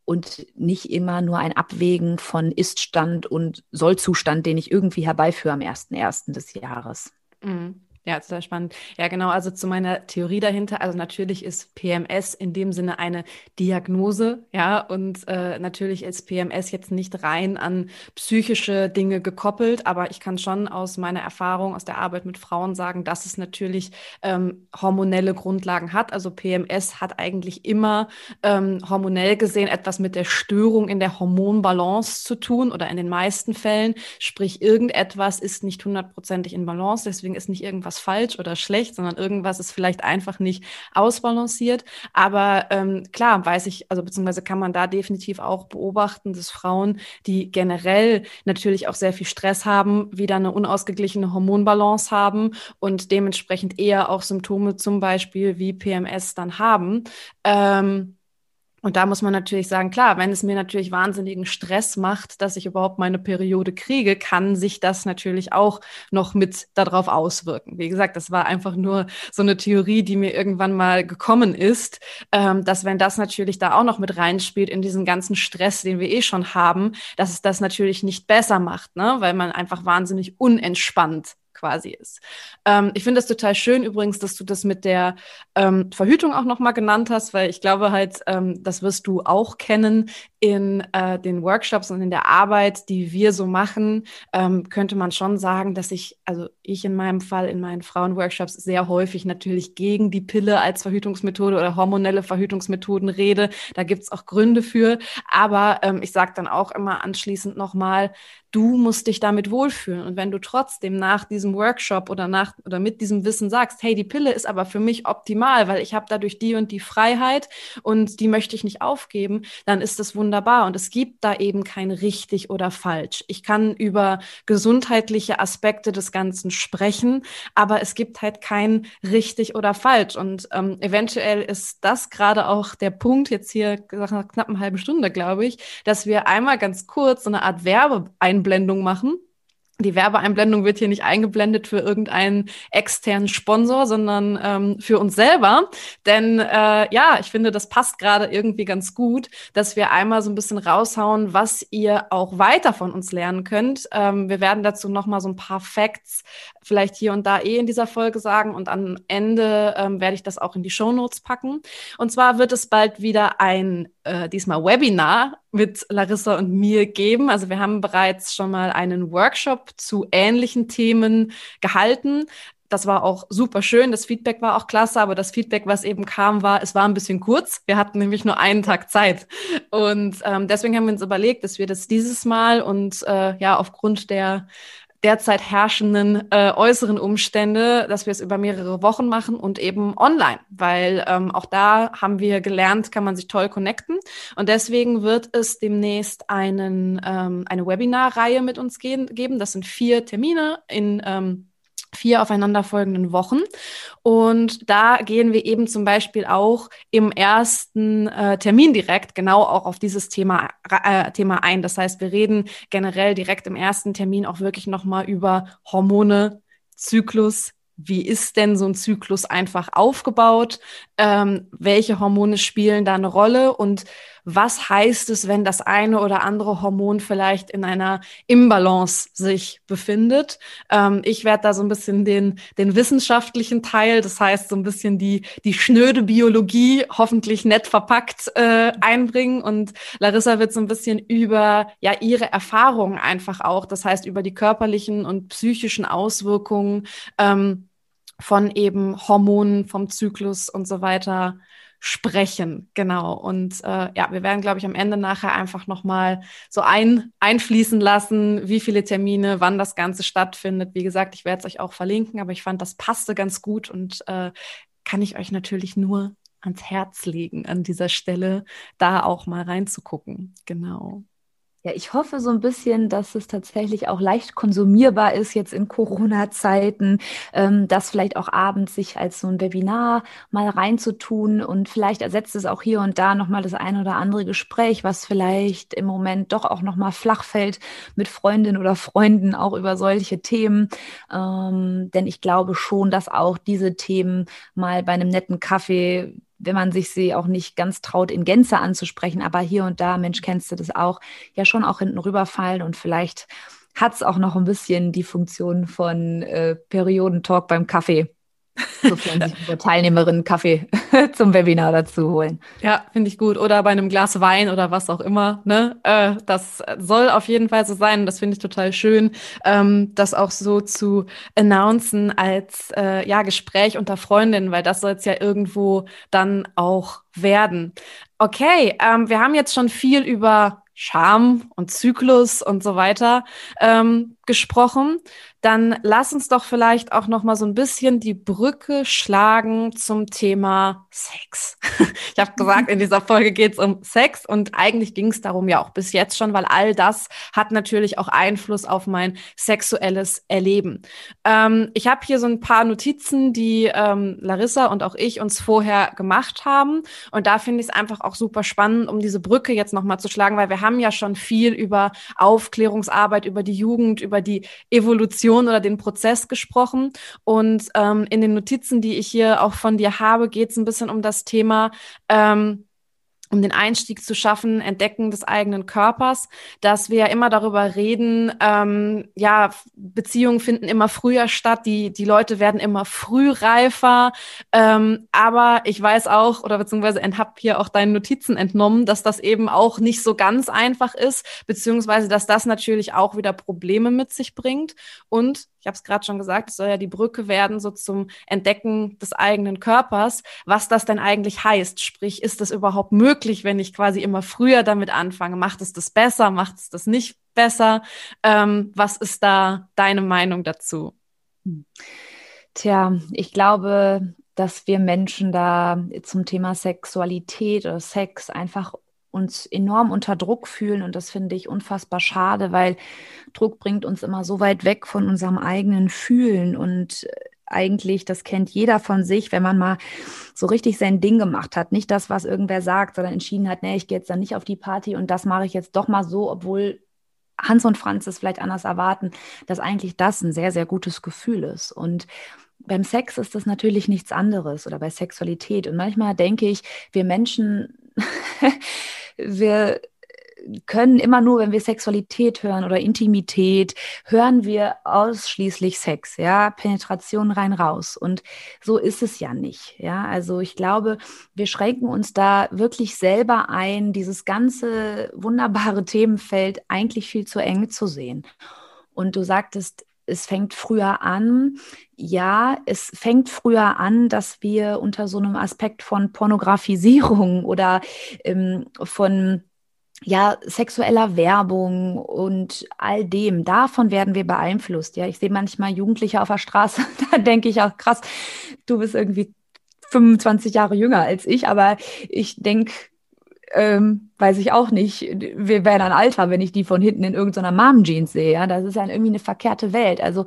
und nicht immer nur ein Abwägen von Ist-Stand und Soll-Zustand, den ich irgendwie herbeiführe am ersten ersten des Jahres. Mhm. Ja, total spannend. Ja, genau. Also zu meiner Theorie dahinter. Also natürlich ist P M S in dem Sinne eine Diagnose, ja, und äh, natürlich ist P M S jetzt nicht rein an psychische Dinge gekoppelt, aber ich kann schon aus meiner Erfahrung, aus der Arbeit mit Frauen sagen, dass es natürlich ähm, hormonelle Grundlagen hat. Also P M S hat eigentlich immer ähm, hormonell gesehen etwas mit der Störung in der Hormonbalance zu tun oder in den meisten Fällen. Sprich, irgendetwas ist nicht hundertprozentig in Balance, deswegen ist nicht irgendwas falsch oder schlecht, sondern irgendwas ist vielleicht einfach nicht ausbalanciert. Aber ähm, klar, weiß ich, also beziehungsweise kann man da definitiv auch beobachten, dass Frauen, die generell natürlich auch sehr viel Stress haben, wieder eine unausgeglichene Hormonbalance haben und dementsprechend eher auch Symptome zum Beispiel wie P M S dann haben. Ähm, Und da muss man natürlich sagen, klar, wenn es mir natürlich wahnsinnigen Stress macht, dass ich überhaupt meine Periode kriege, kann sich das natürlich auch noch mit darauf auswirken. Wie gesagt, das war einfach nur so eine Theorie, die mir irgendwann mal gekommen ist, ähm, dass wenn das natürlich da auch noch mit reinspielt in diesen ganzen Stress, den wir eh schon haben, dass es das natürlich nicht besser macht, ne? Weil man einfach wahnsinnig unentspannt quasi ist. Ähm, ich finde das total schön übrigens, dass du das mit der ähm, Verhütung auch nochmal genannt hast, weil ich glaube halt, ähm, das wirst du auch kennen in äh, den Workshops und in der Arbeit, die wir so machen, ähm, könnte man schon sagen, dass ich, also ich in meinem Fall, in meinen Frauenworkshops sehr häufig natürlich gegen die Pille als Verhütungsmethode oder hormonelle Verhütungsmethoden rede. Da gibt es auch Gründe für, aber ähm, ich sage dann auch immer anschließend nochmal, du musst dich damit wohlfühlen. Und wenn du trotzdem nach diesem Workshop oder nach oder mit diesem Wissen sagst, hey, die Pille ist aber für mich optimal, weil ich habe dadurch die und die Freiheit und die möchte ich nicht aufgeben, dann ist das wunderbar. Und es gibt da eben kein richtig oder falsch. Ich kann über gesundheitliche Aspekte des Ganzen sprechen, aber es gibt halt kein richtig oder falsch. Und ähm, eventuell ist das gerade auch der Punkt, jetzt hier nach einer knappen halben Stunde, glaube ich, dass wir einmal ganz kurz so eine Art Werbeeinblendung machen. Die Werbeeinblendung wird hier nicht eingeblendet für irgendeinen externen Sponsor, sondern ähm, für uns selber. Denn äh, ja, ich finde, das passt gerade irgendwie ganz gut, dass wir einmal so ein bisschen raushauen, was ihr auch weiter von uns lernen könnt. Ähm, wir werden dazu nochmal so ein paar Facts vielleicht hier und da eh in dieser Folge sagen und am Ende ähm, werde ich das auch in die Shownotes packen. Und zwar wird es bald wieder ein, äh, diesmal Webinar mit Larissa und mir geben. Also wir haben bereits schon mal einen Workshop zu ähnlichen Themen gehalten. Das war auch super schön. Das Feedback war auch klasse, aber das Feedback, was eben kam, war, es war ein bisschen kurz. Wir hatten nämlich nur einen Tag Zeit. Und ähm, deswegen haben wir uns überlegt, dass wir das dieses Mal und äh, ja, aufgrund der derzeit herrschenden äh, äußeren Umstände, dass wir es über mehrere Wochen machen und eben online, weil ähm, auch da haben wir gelernt, kann man sich toll connecten und deswegen wird es demnächst einen, ähm, eine Webinarreihe mit uns gehen, geben. Das sind vier Termine in ähm, vier aufeinanderfolgenden Wochen. Und da gehen wir eben zum Beispiel auch im ersten äh, Termin direkt genau auch auf dieses Thema, äh, Thema ein. Das heißt, wir reden generell direkt im ersten Termin auch wirklich nochmal über Hormone, Zyklus. Wie ist denn so ein Zyklus einfach aufgebaut? Ähm, welche Hormone spielen da eine Rolle? Und was heißt es, wenn das eine oder andere Hormon vielleicht in einer Imbalance sich befindet? Ähm, ich werde da so ein bisschen den, den wissenschaftlichen Teil, das heißt so ein bisschen die, die schnöde Biologie, hoffentlich nett verpackt, äh, einbringen. Und Larissa wird so ein bisschen über ja ihre Erfahrungen einfach auch, das heißt über die körperlichen und psychischen Auswirkungen ähm, von eben Hormonen, vom Zyklus und so weiter sprechen. Genau. Und äh, ja, wir werden, glaube ich, am Ende nachher einfach nochmal so ein, einfließen lassen, wie viele Termine, wann das Ganze stattfindet. Wie gesagt, ich werde es euch auch verlinken, aber ich fand, das passte ganz gut und äh, kann ich euch natürlich nur ans Herz legen, an dieser Stelle da auch mal reinzugucken. Genau. Ja, ich hoffe so ein bisschen, dass es tatsächlich auch leicht konsumierbar ist jetzt in Corona-Zeiten, ähm, das vielleicht auch abends sich als so ein Webinar mal reinzutun und vielleicht ersetzt es auch hier und da nochmal das ein oder andere Gespräch, was vielleicht im Moment doch auch nochmal flach fällt mit Freundinnen oder Freunden auch über solche Themen. Ähm, denn ich glaube schon, dass auch diese Themen mal bei einem netten Kaffee wenn man sich sie auch nicht ganz traut, in Gänze anzusprechen, aber hier und da, Mensch, kennst du das auch, ja schon auch hinten rüberfallen und vielleicht hat es auch noch ein bisschen die Funktion von äh, Periodentalk beim Kaffee. Sofern sich unsere Teilnehmerinnen Kaffee zum Webinar dazu holen. Ja, finde ich gut. Oder bei einem Glas Wein oder was auch immer. Ne? Äh, das soll auf jeden Fall so sein. Das finde ich total schön, ähm, das auch so zu announcen als äh, ja, Gespräch unter Freundinnen, weil das soll es ja irgendwo dann auch werden. Okay, ähm, wir haben jetzt schon viel über Scham und Zyklus und so weiter ähm, gesprochen. Dann lass uns doch vielleicht auch noch mal so ein bisschen die Brücke schlagen zum Thema Sex. Ich habe gesagt, in dieser Folge geht es um Sex und eigentlich ging es darum ja auch bis jetzt schon, weil all das hat natürlich auch Einfluss auf mein sexuelles Erleben. Ähm, ich habe hier so ein paar Notizen, die ähm, Larissa und auch ich uns vorher gemacht haben und da finde ich es einfach auch super spannend, um diese Brücke jetzt noch mal zu schlagen, weil wir haben ja schon viel über Aufklärungsarbeit, über die Jugend, über die Evolution oder den Prozess gesprochen. Und ähm, in den Notizen, die ich hier auch von dir habe, geht es ein bisschen um das Thema, ähm, um den Einstieg zu schaffen, Entdecken des eigenen Körpers, dass wir ja immer darüber reden, ähm, ja, Beziehungen finden immer früher statt, die, die Leute werden immer frühreifer, ähm, aber ich weiß auch, oder beziehungsweise habe hier auch deinen Notizen entnommen, dass das eben auch nicht so ganz einfach ist, beziehungsweise, dass das natürlich auch wieder Probleme mit sich bringt und ich habe es gerade schon gesagt, es soll ja die Brücke werden so zum Entdecken des eigenen Körpers, was das denn eigentlich heißt. Sprich, ist das überhaupt möglich, wenn ich quasi immer früher damit anfange? Macht es das besser? Macht es das nicht besser? Ähm, was ist da deine Meinung dazu? Tja, ich glaube, dass wir Menschen da zum Thema Sexualität oder Sex einfach uns enorm unter Druck fühlen und das finde ich unfassbar schade, weil Druck bringt uns immer so weit weg von unserem eigenen Fühlen und eigentlich, das kennt jeder von sich, wenn man mal so richtig sein Ding gemacht hat, nicht das, was irgendwer sagt, sondern entschieden hat, nee, ich gehe jetzt dann nicht auf die Party und das mache ich jetzt doch mal so, obwohl Hans und Franz es vielleicht anders erwarten, dass eigentlich das ein sehr, sehr gutes Gefühl ist und beim Sex ist das natürlich nichts anderes oder bei Sexualität und manchmal denke ich, wir Menschen wir können immer nur, wenn wir Sexualität hören oder Intimität, hören wir ausschließlich Sex, ja, Penetration rein raus. Und so ist es ja nicht, ja. Also ich glaube, wir schränken uns da wirklich selber ein, dieses ganze wunderbare Themenfeld eigentlich viel zu eng zu sehen. Und du sagtest, es fängt früher an. Ja, es fängt früher an, dass wir unter so einem Aspekt von Pornografisierung oder ähm, von ja, sexueller Werbung und all dem, davon werden wir beeinflusst. Ja, ich sehe manchmal Jugendliche auf der Straße, da denke ich auch, krass, du bist irgendwie fünfundzwanzig Jahre jünger als ich, aber ich denke, ähm, weiß ich auch nicht, wir wären ein Alter, wenn ich die von hinten in irgendeiner Mom-Jeans sehe. Ja, das ist ja irgendwie eine verkehrte Welt. Also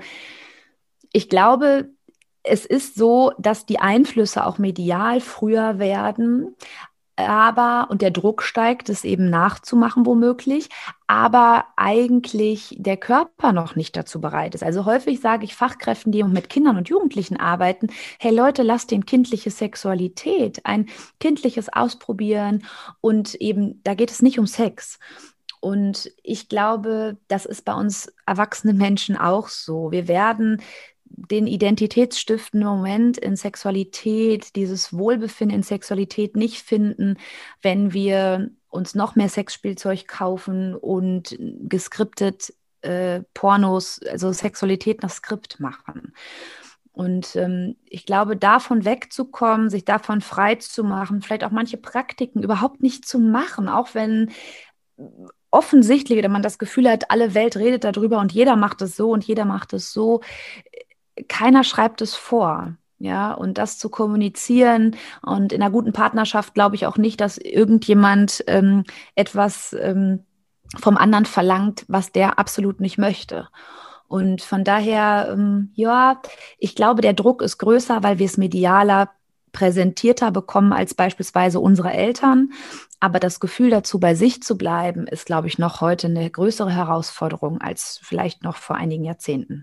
ich glaube, es ist so, dass die Einflüsse auch medial früher werden, aber, und der Druck steigt, es eben nachzumachen womöglich, aber eigentlich der Körper noch nicht dazu bereit ist. Also häufig sage ich Fachkräften, die mit Kindern und Jugendlichen arbeiten, hey Leute, lasst den kindliche Sexualität, ein kindliches Ausprobieren und eben, da geht es nicht um Sex. Und ich glaube, das ist bei uns erwachsenen Menschen auch so. Wir werden den identitätsstiftenden Moment in Sexualität, dieses Wohlbefinden in Sexualität nicht finden, wenn wir uns noch mehr Sexspielzeug kaufen und geskriptet äh, Pornos, also Sexualität nach Skript machen. Und ähm, ich glaube, davon wegzukommen, sich davon frei zu machen, vielleicht auch manche Praktiken überhaupt nicht zu machen, auch wenn offensichtlich oder man das Gefühl hat, alle Welt redet darüber und jeder macht es so und jeder macht es so. Keiner schreibt es vor, ja, und das zu kommunizieren und in einer guten Partnerschaft glaube ich auch nicht, dass irgendjemand ähm, etwas ähm, vom anderen verlangt, was der absolut nicht möchte. Und von daher, ähm, ja, ich glaube, der Druck ist größer, weil wir es medialer präsentierter bekommen als beispielsweise unsere Eltern. Aber das Gefühl dazu, bei sich zu bleiben, ist, glaube ich, noch heute eine größere Herausforderung als vielleicht noch vor einigen Jahrzehnten.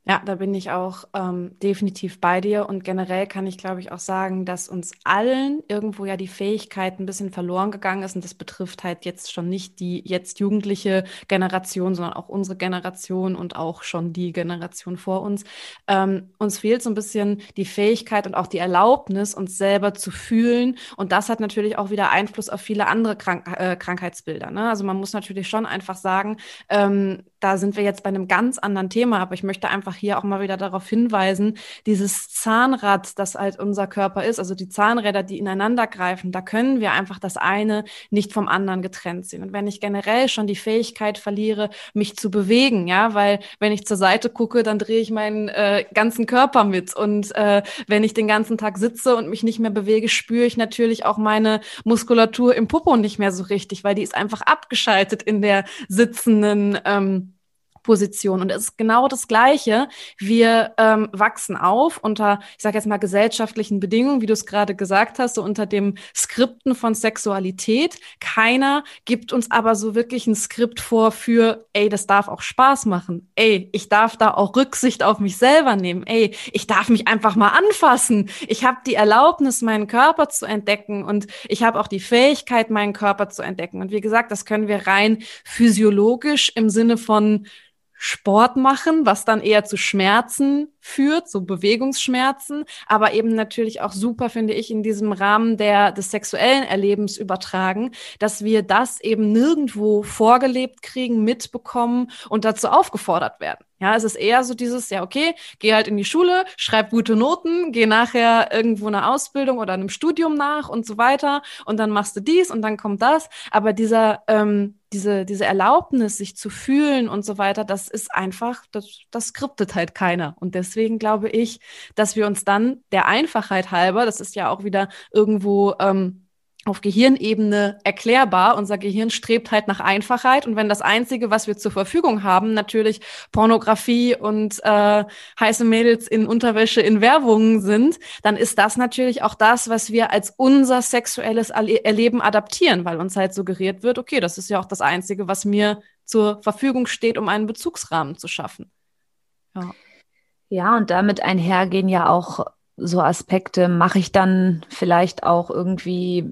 Ja, da bin ich auch ähm, definitiv bei dir und generell kann ich, glaube ich, auch sagen, dass uns allen irgendwo ja die Fähigkeit ein bisschen verloren gegangen ist und das betrifft halt jetzt schon nicht die jetzt jugendliche Generation, sondern auch unsere Generation und auch schon die Generation vor uns. Ähm, uns fehlt so ein bisschen die Fähigkeit und auch die Erlaubnis, uns selber zu fühlen und das hat natürlich auch wieder Einfluss auf viele andere Krank äh, Krankheitsbilder, ne? Also man muss natürlich schon einfach sagen, ähm, da sind wir jetzt bei einem ganz anderen Thema, aber ich möchte einfach hier auch mal wieder darauf hinweisen, dieses Zahnrad, das halt unser Körper ist, also die Zahnräder, die ineinander greifen, da können wir einfach das eine nicht vom anderen getrennt sehen. Und wenn ich generell schon die Fähigkeit verliere, mich zu bewegen, ja, weil wenn ich zur Seite gucke, dann drehe ich meinen äh, ganzen Körper mit. Und äh, wenn ich den ganzen Tag sitze und mich nicht mehr bewege, spüre ich natürlich auch meine Muskulatur im Popo nicht mehr so richtig, weil die ist einfach abgeschaltet in der sitzenden ähm, Position. Und es ist genau das Gleiche. Wir ähm, wachsen auf unter, ich sage jetzt mal, gesellschaftlichen Bedingungen, wie du es gerade gesagt hast, so unter dem Skripten von Sexualität. Keiner gibt uns aber so wirklich ein Skript vor für, ey, das darf auch Spaß machen. Ey, ich darf da auch Rücksicht auf mich selber nehmen. Ey, ich darf mich einfach mal anfassen. Ich habe die Erlaubnis, meinen Körper zu entdecken und ich habe auch die Fähigkeit, meinen Körper zu entdecken. Und wie gesagt, das können wir rein physiologisch im Sinne von Sport machen, was dann eher zu Schmerzen führt, so Bewegungsschmerzen, aber eben natürlich auch super, finde ich, in diesem Rahmen der, des sexuellen Erlebens übertragen, dass wir das eben nirgendwo vorgelebt kriegen, mitbekommen und dazu aufgefordert werden. Ja, es ist eher so dieses, ja, okay, geh halt in die Schule, schreib gute Noten, geh nachher irgendwo eine Ausbildung oder einem Studium nach und so weiter und dann machst du dies und dann kommt das. Aber dieser, ähm, diese, diese Erlaubnis, sich zu fühlen und so weiter, das ist einfach, das, das skriptet halt keiner. Und deswegen glaube ich, dass wir uns dann der Einfachheit halber, das ist ja auch wieder irgendwo ähm, auf Gehirnebene erklärbar. Unser Gehirn strebt halt nach Einfachheit. Und wenn das Einzige, was wir zur Verfügung haben, natürlich Pornografie und äh, heiße Mädels in Unterwäsche in Werbungen sind, dann ist das natürlich auch das, was wir als unser sexuelles Erleben adaptieren, weil uns halt suggeriert wird, okay, das ist ja auch das Einzige, was mir zur Verfügung steht, um einen Bezugsrahmen zu schaffen. Ja. Ja, und damit einhergehen ja auch so Aspekte, mache ich dann vielleicht auch irgendwie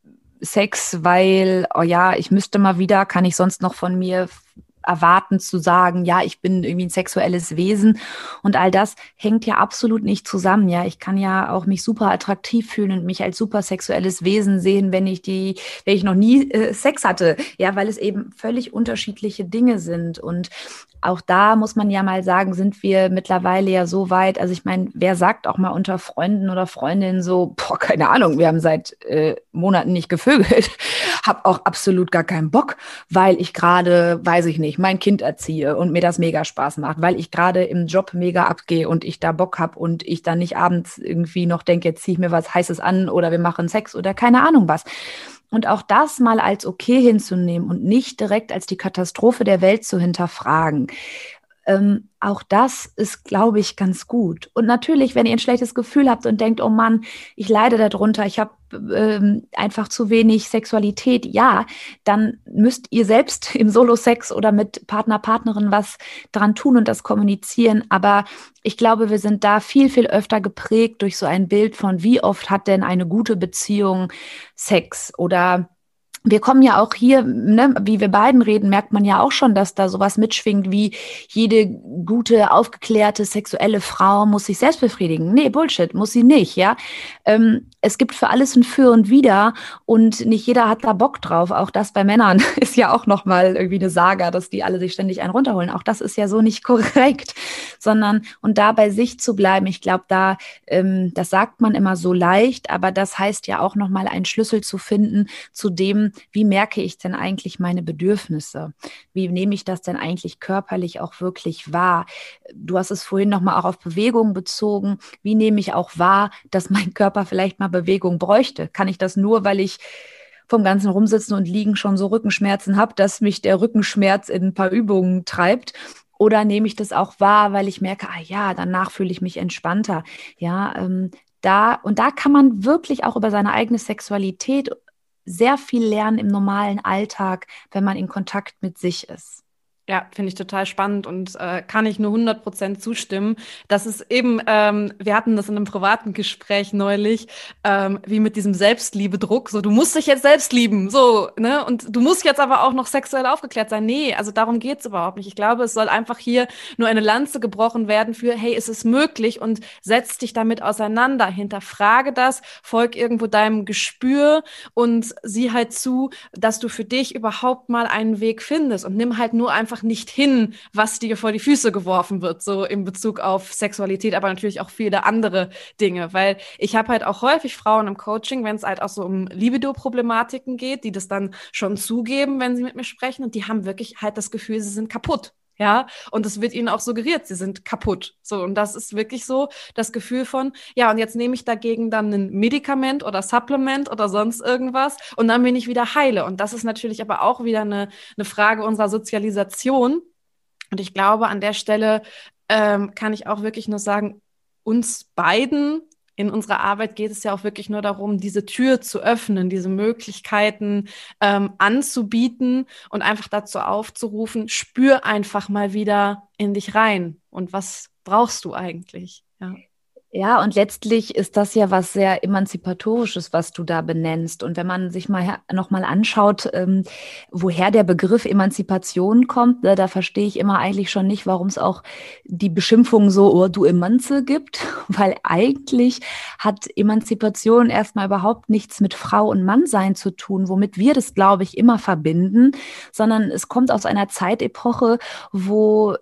Sex, weil, oh ja, ich müsste mal wieder, kann ich sonst noch von mir erwarten zu sagen, ja, ich bin irgendwie ein sexuelles Wesen und all das hängt ja absolut nicht zusammen. Ja, ich kann ja auch mich super attraktiv fühlen und mich als super sexuelles Wesen sehen, wenn ich die, wenn ich noch nie äh, Sex hatte. Ja, weil es eben völlig unterschiedliche Dinge sind und auch da muss man ja mal sagen, sind wir mittlerweile ja so weit, also ich meine, wer sagt auch mal unter Freunden oder Freundinnen so, boah, keine Ahnung, wir haben seit äh, Monaten nicht gevögelt, hab auch absolut gar keinen Bock, weil ich gerade, weiß ich nicht, mein Kind erziehe und mir das mega Spaß macht, weil ich gerade im Job mega abgehe und ich da Bock hab und ich dann nicht abends irgendwie noch denke, jetzt zieh ich mir was Heißes an oder wir machen Sex oder keine Ahnung was. Und auch das mal als okay hinzunehmen und nicht direkt als die Katastrophe der Welt zu hinterfragen. Ähm, auch das ist, glaube ich, ganz gut. Und natürlich, wenn ihr ein schlechtes Gefühl habt und denkt, oh Mann, ich leide darunter, ich habe ähm, einfach zu wenig Sexualität, ja, dann müsst ihr selbst im Solo-Sex oder mit Partner, Partnerin was dran tun und das kommunizieren. Aber ich glaube, wir sind da viel, viel öfter geprägt durch so ein Bild von, wie oft hat denn eine gute Beziehung Sex oder wir kommen ja auch hier, ne, wie wir beiden reden, merkt man ja auch schon, dass da sowas mitschwingt wie jede gute, aufgeklärte, sexuelle Frau muss sich selbst befriedigen. Nee, Bullshit, muss sie nicht, ja. Ähm, es gibt für alles ein Für und Wider und nicht jeder hat da Bock drauf. Auch das bei Männern ist ja auch nochmal irgendwie eine Saga, dass die alle sich ständig einen runterholen. Auch das ist ja so nicht korrekt, sondern und da bei sich zu bleiben, ich glaube, da, ähm, das sagt man immer so leicht, aber das heißt ja auch nochmal einen Schlüssel zu finden zu dem, wie merke ich denn eigentlich meine Bedürfnisse? Wie nehme ich das denn eigentlich körperlich auch wirklich wahr? Du hast es vorhin nochmal auch auf Bewegung bezogen. Wie nehme ich auch wahr, dass mein Körper vielleicht mal Bewegung bräuchte? Kann ich das nur, weil ich vom ganzen Rumsitzen und Liegen schon so Rückenschmerzen habe, dass mich der Rückenschmerz in ein paar Übungen treibt? Oder nehme ich das auch wahr, weil ich merke, ah ja, danach fühle ich mich entspannter. Ja, ähm, da, und da kann man wirklich auch über seine eigene Sexualität sehr viel lernen im normalen Alltag, wenn man in Kontakt mit sich ist. Ja, finde ich total spannend und äh, kann ich nur hundert Prozent zustimmen. Das ist eben, ähm, wir hatten das in einem privaten Gespräch neulich, ähm, wie mit diesem Selbstliebedruck. So, du musst dich jetzt selbst lieben, so, ne? Und du musst jetzt aber auch noch sexuell aufgeklärt sein. Nee, also darum geht's überhaupt nicht. Ich glaube, es soll einfach hier nur eine Lanze gebrochen werden für, hey, es ist möglich und setz dich damit auseinander. Hinterfrage das, folg irgendwo deinem Gespür und sieh halt zu, dass du für dich überhaupt mal einen Weg findest und nimm halt nur einfach nicht hin, was dir vor die Füße geworfen wird, so in Bezug auf Sexualität, aber natürlich auch viele andere Dinge, weil ich habe halt auch häufig Frauen im Coaching, wenn es halt auch so um Libido-Problematiken geht, die das dann schon zugeben, wenn sie mit mir sprechen und die haben wirklich halt das Gefühl, sie sind kaputt. Ja, und es wird ihnen auch suggeriert, sie sind kaputt. So, und das ist wirklich so das Gefühl von, ja, und jetzt nehme ich dagegen dann ein Medikament oder Supplement oder sonst irgendwas und dann bin ich wieder heile. Und das ist natürlich aber auch wieder eine, eine Frage unserer Sozialisation. Und ich glaube, an der Stelle ähm, kann ich auch wirklich nur sagen, uns beiden in unserer Arbeit geht es ja auch wirklich nur darum, diese Tür zu öffnen, diese Möglichkeiten ähm, anzubieten und einfach dazu aufzurufen, spür einfach mal wieder in dich rein. Und was brauchst du eigentlich? Ja. Ja, und letztlich ist das ja was sehr Emanzipatorisches, was du da benennst. Und wenn man sich mal nochmal anschaut, ähm, woher der Begriff Emanzipation kommt, ne, da verstehe ich immer eigentlich schon nicht, warum es auch die Beschimpfung so, oh, du Emanze gibt, weil eigentlich hat Emanzipation erstmal überhaupt nichts mit Frau und Mannsein zu tun, womit wir das, glaube ich, immer verbinden, sondern es kommt aus einer Zeitepoche, wo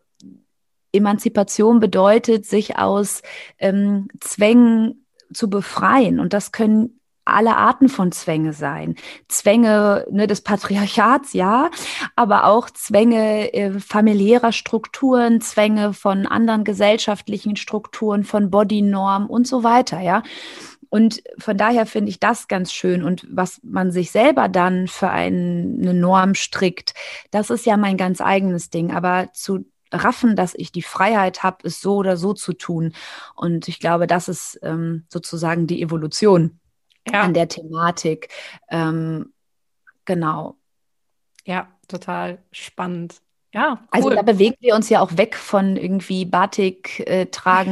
Emanzipation bedeutet, sich aus ähm, Zwängen zu befreien. Und das können alle Arten von Zwänge sein. Zwänge ne, des Patriarchats, ja, aber auch Zwänge äh, familiärer Strukturen, Zwänge von anderen gesellschaftlichen Strukturen, von Bodynormen und so weiter, ja. Und von daher finde ich das ganz schön. Und was man sich selber dann für ein, eine Norm strickt, das ist ja mein ganz eigenes Ding. Aber zu raffen, dass ich die Freiheit habe, es so oder so zu tun. Und ich glaube, das ist ähm, sozusagen die Evolution ja. an der Thematik. Ähm, genau. Ja, total spannend. Ja, cool. Also da bewegen wir uns ja auch weg von irgendwie Batik äh,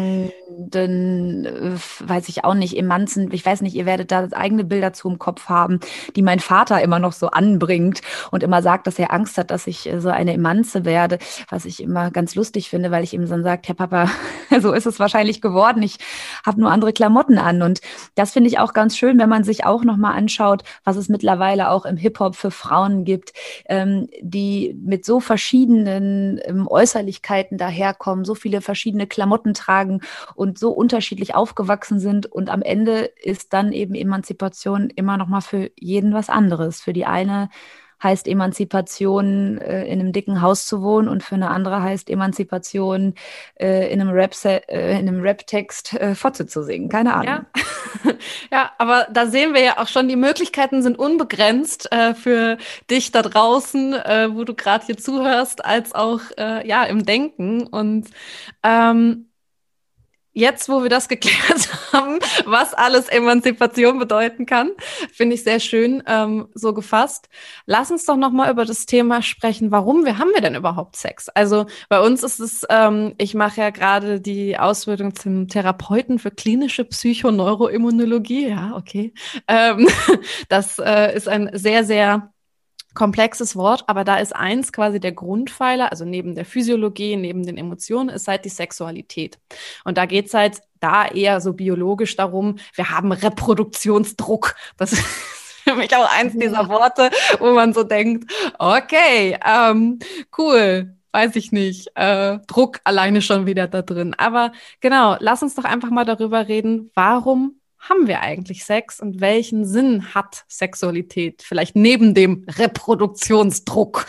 tragenden, äh, weiß ich auch nicht, Emanzen. Ich weiß nicht, ihr werdet da eigene Bilder zu im Kopf haben, die mein Vater immer noch so anbringt und immer sagt, dass er Angst hat, dass ich äh, so eine Emanze werde, was ich immer ganz lustig finde, weil ich ihm dann sage, Herr Papa, so ist es wahrscheinlich geworden. Ich habe nur andere Klamotten an. Und das finde ich auch ganz schön, wenn man sich auch nochmal anschaut, was es mittlerweile auch im Hip-Hop für Frauen gibt, ähm, die mit so verschiedenen ähm, Äußerlichkeiten daherkommen, so viele verschiedene Klamotten tragen und so unterschiedlich aufgewachsen sind. Und am Ende ist dann eben Emanzipation immer noch mal für jeden was anderes. Für die eine heißt Emanzipation, äh, in einem dicken Haus zu wohnen und für eine andere heißt Emanzipation, äh, in einem Rap äh, in einem Rap-Text äh, Fotze zu singen. Keine Ahnung. Ja. Ja, aber da sehen wir ja auch schon, die Möglichkeiten sind unbegrenzt äh, für dich da draußen, äh, wo du gerade hier zuhörst, als auch äh, ja im Denken. Und ähm, jetzt, wo wir das geklärt haben, was alles Emanzipation bedeuten kann, finde ich sehr schön ähm, so gefasst. Lass uns doch noch mal über das Thema sprechen, warum wir haben wir denn überhaupt Sex? Also bei uns ist es, ähm, ich mache ja gerade die Ausbildung zum Therapeuten für klinische Psychoneuroimmunologie. Ja, okay. Ähm, das äh, ist ein sehr, sehr komplexes Wort, aber da ist eins quasi der Grundpfeiler, also neben der Physiologie, neben den Emotionen, ist halt die Sexualität. Und da geht's halt da eher so biologisch darum, wir haben Reproduktionsdruck. Das ist für mich auch eins dieser Worte, wo man so denkt, okay, ähm, cool. Weiß ich nicht, äh, Druck alleine schon wieder da drin. Aber genau, lass uns doch einfach mal darüber reden, warum haben wir eigentlich Sex und welchen Sinn hat Sexualität? Vielleicht neben dem Reproduktionsdruck.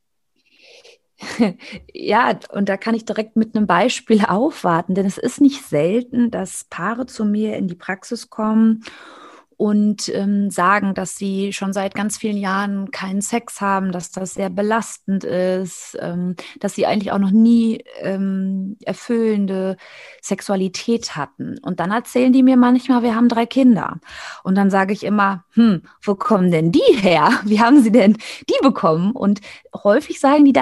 Ja, und da kann ich direkt mit einem Beispiel aufwarten, denn es ist nicht selten, dass Paare zu mir in die Praxis kommen und ähm, sagen, dass sie schon seit ganz vielen Jahren keinen Sex haben, dass das sehr belastend ist, ähm, dass sie eigentlich auch noch nie ähm, erfüllende Sexualität hatten. Und dann erzählen die mir manchmal, wir haben drei Kinder. Und dann sage ich immer, hm, wo kommen denn die her? Wie haben sie denn die bekommen? Und häufig sagen die dann,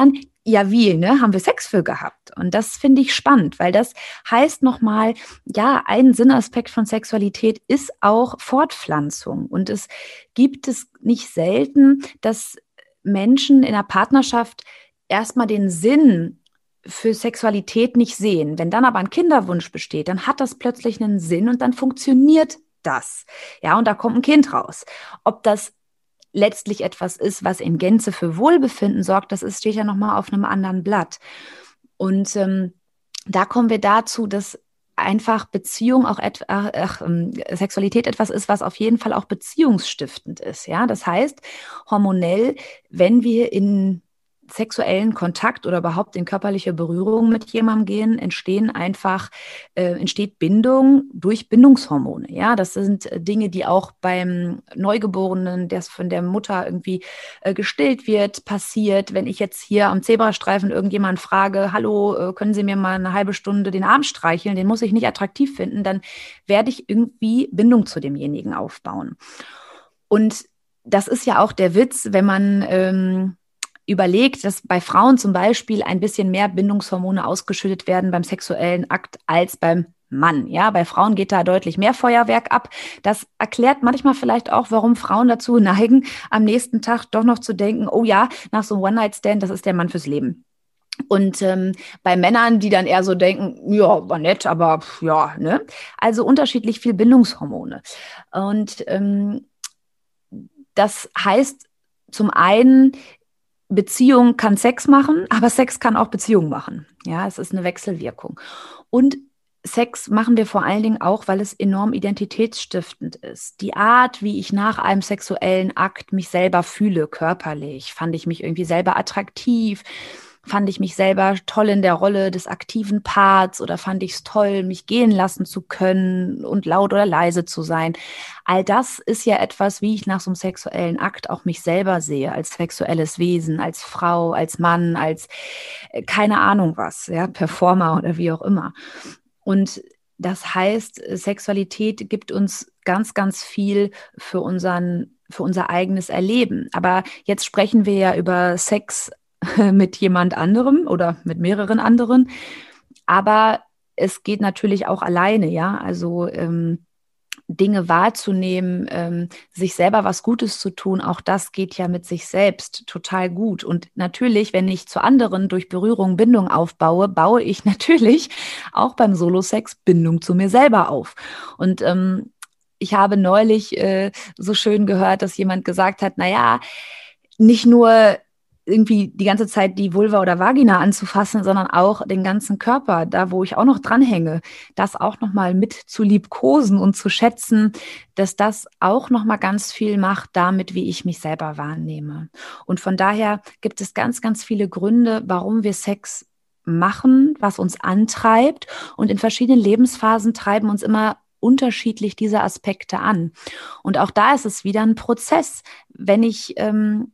ja, wie, ne? Haben wir Sex für gehabt? Und das finde ich spannend, weil das heißt nochmal, ja, ein Sinnaspekt von Sexualität ist auch Fortpflanzung. Und es gibt es nicht selten, dass Menschen in einer Partnerschaft erstmal den Sinn für Sexualität nicht sehen. Wenn dann aber ein Kinderwunsch besteht, dann hat das plötzlich einen Sinn und dann funktioniert das. Ja, und da kommt ein Kind raus. Ob das letztlich etwas ist, was in Gänze für Wohlbefinden sorgt, das ist, steht ja nochmal auf einem anderen Blatt. Und ähm, da kommen wir dazu, dass einfach Beziehung auch et- ach, ach, ähm, Sexualität etwas ist, was auf jeden Fall auch beziehungsstiftend ist. Ja, das heißt, hormonell, wenn wir in sexuellen Kontakt oder überhaupt in körperliche Berührung mit jemandem gehen, entstehen einfach, äh, entsteht Bindung durch Bindungshormone. Ja, das sind Dinge, die auch beim Neugeborenen, der von der Mutter irgendwie äh, gestillt wird, passiert. Wenn ich jetzt hier am Zebrastreifen irgendjemanden frage, hallo, äh, können Sie mir mal eine halbe Stunde den Arm streicheln, den muss ich nicht attraktiv finden, dann werde ich irgendwie Bindung zu demjenigen aufbauen. Und das ist ja auch der Witz, wenn man ähm, überlegt, dass bei Frauen zum Beispiel ein bisschen mehr Bindungshormone ausgeschüttet werden beim sexuellen Akt als beim Mann. Ja, bei Frauen geht da deutlich mehr Feuerwerk ab. Das erklärt manchmal vielleicht auch, warum Frauen dazu neigen, am nächsten Tag doch noch zu denken, oh ja, nach so einem One-Night-Stand, das ist der Mann fürs Leben. Und ähm, bei Männern, die dann eher so denken, ja, war nett, aber pff, ja, ne? Also unterschiedlich viel Bindungshormone. Und ähm, das heißt zum einen, Beziehung kann Sex machen, aber Sex kann auch Beziehung machen. Ja, es ist eine Wechselwirkung. Und Sex machen wir vor allen Dingen auch, weil es enorm identitätsstiftend ist. Die Art, wie ich nach einem sexuellen Akt mich selber fühle, körperlich, fand ich mich irgendwie selber attraktiv, fand ich mich selber toll in der Rolle des aktiven Parts oder fand ich es toll, mich gehen lassen zu können und laut oder leise zu sein. All das ist ja etwas, wie ich nach so einem sexuellen Akt auch mich selber sehe, als sexuelles Wesen, als Frau, als Mann, als äh, keine Ahnung was, ja, Performer oder wie auch immer. Und das heißt, Sexualität gibt uns ganz, ganz viel für unseren, für unser eigenes Erleben. Aber jetzt sprechen wir ja über Sex mit jemand anderem oder mit mehreren anderen. Aber es geht natürlich auch alleine, ja. Also ähm, Dinge wahrzunehmen, ähm, sich selber was Gutes zu tun, auch das geht ja mit sich selbst total gut. Und natürlich, wenn ich zu anderen durch Berührung Bindung aufbaue, baue ich natürlich auch beim Solo-Sex Bindung zu mir selber auf. Und ähm, ich habe neulich äh, so schön gehört, dass jemand gesagt hat, naja, nicht nur irgendwie die ganze Zeit die Vulva oder Vagina anzufassen, sondern auch den ganzen Körper, da wo ich auch noch dranhänge, das auch nochmal mit zu liebkosen und zu schätzen, dass das auch nochmal ganz viel macht damit, wie ich mich selber wahrnehme. Und von daher gibt es ganz, ganz viele Gründe, warum wir Sex machen, was uns antreibt. Und in verschiedenen Lebensphasen treiben uns immer unterschiedlich diese Aspekte an. Und auch da ist es wieder ein Prozess. Wenn ich ähm,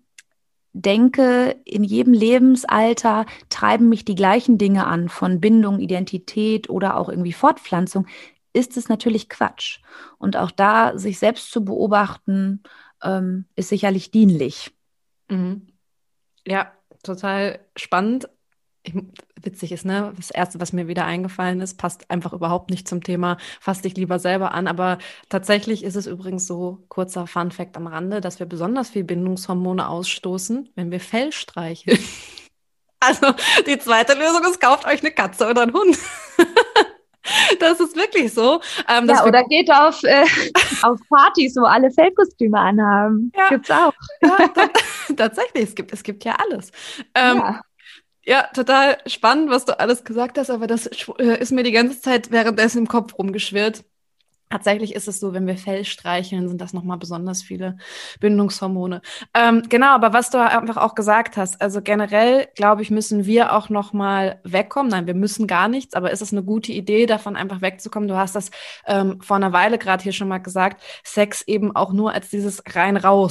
denke, in jedem Lebensalter treiben mich die gleichen Dinge an, von Bindung, Identität oder auch irgendwie Fortpflanzung, ist es natürlich Quatsch. Und auch da, sich selbst zu beobachten, ähm, ist sicherlich dienlich. Mhm. Ja, total spannend. Ich, witzig ist, ne? Das Erste, was mir wieder eingefallen ist, passt einfach überhaupt nicht zum Thema, fass dich lieber selber an. Aber tatsächlich ist es übrigens so, kurzer Funfact am Rande, dass wir besonders viel Bindungshormone ausstoßen, wenn wir Fell streicheln. Also die zweite Lösung ist, kauft euch eine Katze oder einen Hund. Das ist wirklich so. Ähm, ja, oder geht auf, äh, auf Partys, wo alle Fellkostüme anhaben. Ja, gibt's auch. Ja, tatsächlich, es gibt, es gibt ja alles. Ähm, ja. Ja, total spannend, was du alles gesagt hast, aber das ist mir die ganze Zeit währenddessen im Kopf rumgeschwirrt. Tatsächlich ist es so, wenn wir Fell streicheln, sind das nochmal besonders viele Bindungshormone. Ähm, genau, aber was du einfach auch gesagt hast, also generell, glaube ich, müssen wir auch nochmal wegkommen. Nein, wir müssen gar nichts, aber ist es eine gute Idee, davon einfach wegzukommen? Du hast das ähm, vor einer Weile gerade hier schon mal gesagt, Sex eben auch nur als dieses rein raus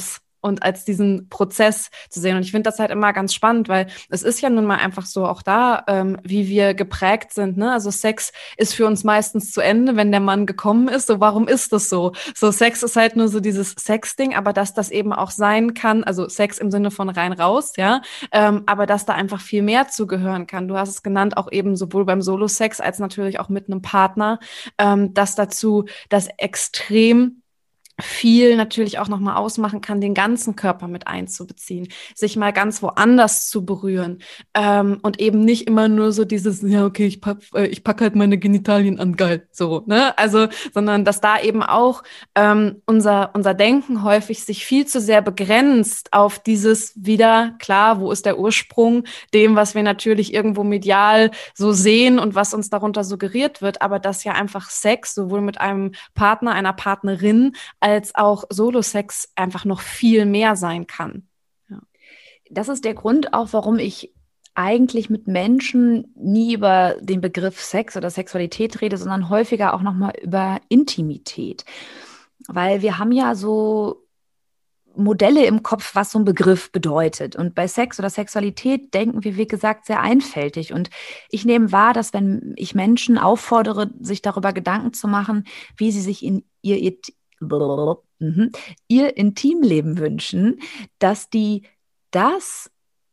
und als diesen Prozess zu sehen. Und ich finde das halt immer ganz spannend, weil es ist ja nun mal einfach so auch da, ähm, wie wir geprägt sind, ne? Also Sex ist für uns meistens zu Ende, wenn der Mann gekommen ist. So, warum ist das so? So, Sex ist halt nur so dieses Sex-Ding, aber dass das eben auch sein kann, also Sex im Sinne von rein raus, ja, ähm, aber dass da einfach viel mehr zugehören kann. Du hast es genannt, auch eben sowohl beim Solo-Sex als natürlich auch mit einem Partner, ähm, dass dazu das extrem viel natürlich auch nochmal ausmachen kann, den ganzen Körper mit einzubeziehen, sich mal ganz woanders zu berühren, ähm, und eben nicht immer nur so dieses, ja, okay, ich pack, äh, ich pack halt meine Genitalien an, geil, so, ne, also, sondern dass da eben auch ähm, unser, unser Denken häufig sich viel zu sehr begrenzt auf dieses wieder, klar, wo ist der Ursprung, dem, was wir natürlich irgendwo medial so sehen und was uns darunter suggeriert wird, aber dass ja einfach Sex, sowohl mit einem Partner, einer Partnerin, als auch Solo-Sex einfach noch viel mehr sein kann. Ja. Das ist der Grund auch, warum ich eigentlich mit Menschen nie über den Begriff Sex oder Sexualität rede, sondern häufiger auch nochmal über Intimität. Weil wir haben ja so Modelle im Kopf, was so ein Begriff bedeutet. Und bei Sex oder Sexualität denken wir, wie gesagt, sehr einfältig. Und ich nehme wahr, dass wenn ich Menschen auffordere, sich darüber Gedanken zu machen, wie sie sich in ihr, ihr ihr Intimleben wünschen, dass die das,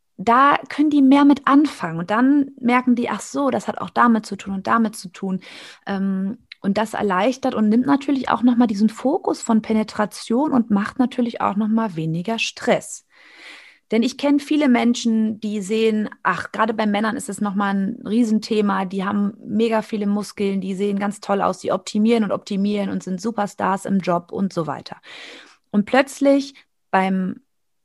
da können die mehr mit anfangen. Und dann merken die, ach so, das hat auch damit zu tun und damit zu tun. Ähm, und das erleichtert und nimmt natürlich auch nochmal diesen Fokus von Penetration und macht natürlich auch nochmal weniger Stress. Denn ich kenne viele Menschen, die sehen, ach, gerade bei Männern ist es nochmal ein Riesenthema, die haben mega viele Muskeln, die sehen ganz toll aus, die optimieren und optimieren und sind Superstars im Job und so weiter. Und plötzlich beim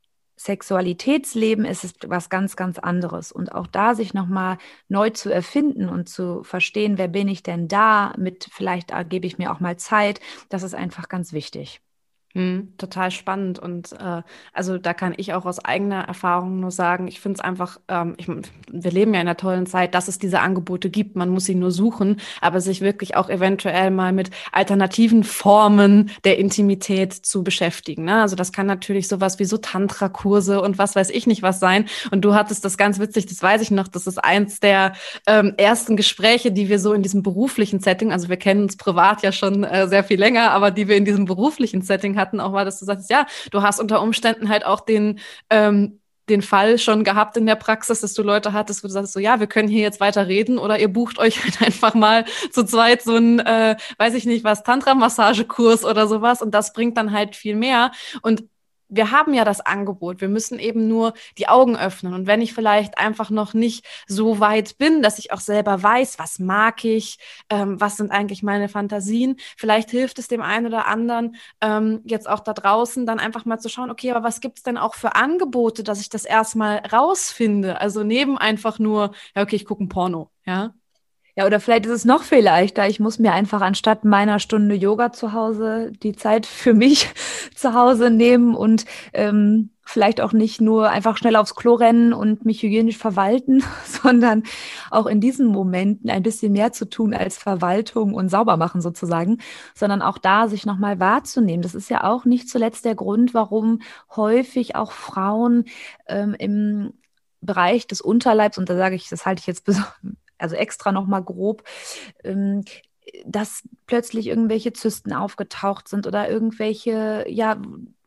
Sexualitätsleben ist es was ganz, ganz anderes. Und auch da sich nochmal neu zu erfinden und zu verstehen, wer bin ich denn da, mit vielleicht gebe ich mir auch mal Zeit, das ist einfach ganz wichtig. Hm, total spannend und äh, also da kann ich auch aus eigener Erfahrung nur sagen, ich finde es einfach, ähm, ich, wir leben ja in einer tollen Zeit, dass es diese Angebote gibt, man muss sie nur suchen, aber sich wirklich auch eventuell mal mit alternativen Formen der Intimität zu beschäftigen, ne? Also das kann natürlich sowas wie so Tantra-Kurse und was weiß ich nicht was sein und du hattest das ganz witzig, das weiß ich noch, das ist eins der ähm, ersten Gespräche, die wir so in diesem beruflichen Setting, also wir kennen uns privat ja schon äh, sehr viel länger, aber die wir in diesem beruflichen Setting hatten, auch war, dass du sagst, ja, du hast unter Umständen halt auch den, ähm, den Fall schon gehabt in der Praxis, dass du Leute hattest, wo du sagst, so, ja, wir können hier jetzt weiter reden oder ihr bucht euch halt einfach mal zu zweit so einen, äh, weiß ich nicht was, Tantra-Massagekurs oder sowas und das bringt dann halt viel mehr und wir haben ja das Angebot, wir müssen eben nur die Augen öffnen. Und wenn ich vielleicht einfach noch nicht so weit bin, dass ich auch selber weiß, was mag ich, ähm, was sind eigentlich meine Fantasien, vielleicht hilft es dem einen oder anderen ähm, jetzt auch da draußen dann einfach mal zu schauen, okay, aber was gibt es denn auch für Angebote, dass ich das erstmal rausfinde? Also neben einfach nur, ja, okay, ich gucke ein Porno, ja. Ja, oder vielleicht ist es noch viel leichter. Ich muss mir einfach anstatt meiner Stunde Yoga zu Hause die Zeit für mich zu Hause nehmen und ähm, vielleicht auch nicht nur einfach schnell aufs Klo rennen und mich hygienisch verwalten, sondern auch in diesen Momenten ein bisschen mehr zu tun als Verwaltung und sauber machen sozusagen, sondern auch da sich nochmal wahrzunehmen. Das ist ja auch nicht zuletzt der Grund, warum häufig auch Frauen ähm, im Bereich des Unterleibs, und da sage ich, das halte ich jetzt besonders, also extra nochmal grob, ähm, dass plötzlich irgendwelche Zysten aufgetaucht sind oder irgendwelche, ja,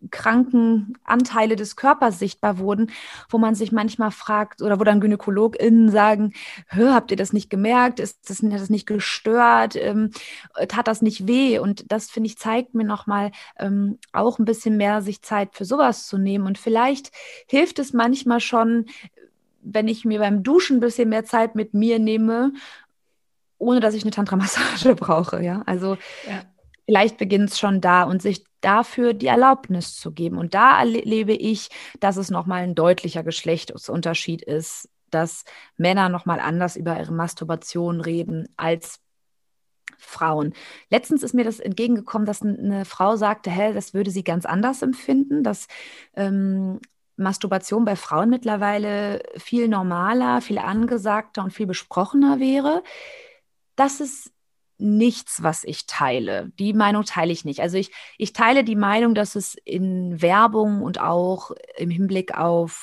kranken Anteile des Körpers sichtbar wurden, wo man sich manchmal fragt oder wo dann GynäkologInnen sagen, hör, habt ihr das nicht gemerkt? Ist das, hat das nicht gestört? Ähm, tat das nicht weh? Und das, finde ich, zeigt mir nochmal ähm, auch ein bisschen mehr, sich Zeit für sowas zu nehmen. Und vielleicht hilft es manchmal schon, wenn ich mir beim Duschen ein bisschen mehr Zeit mit mir nehme, ohne dass ich eine Tantra-Massage brauche, ja. Also ja. Vielleicht beginnt es schon da und sich dafür die Erlaubnis zu geben. Und da erlebe ich, dass es nochmal ein deutlicher Geschlechtsunterschied ist, dass Männer nochmal anders über ihre Masturbation reden als Frauen. Letztens ist mir das entgegengekommen, dass eine Frau sagte, hä, das würde sie ganz anders empfinden, dass ähm, Masturbation bei Frauen mittlerweile viel normaler, viel angesagter und viel besprochener wäre. Das ist nichts, was ich teile. Die Meinung teile ich nicht. Also ich, ich teile die Meinung, dass es in Werbung und auch im Hinblick auf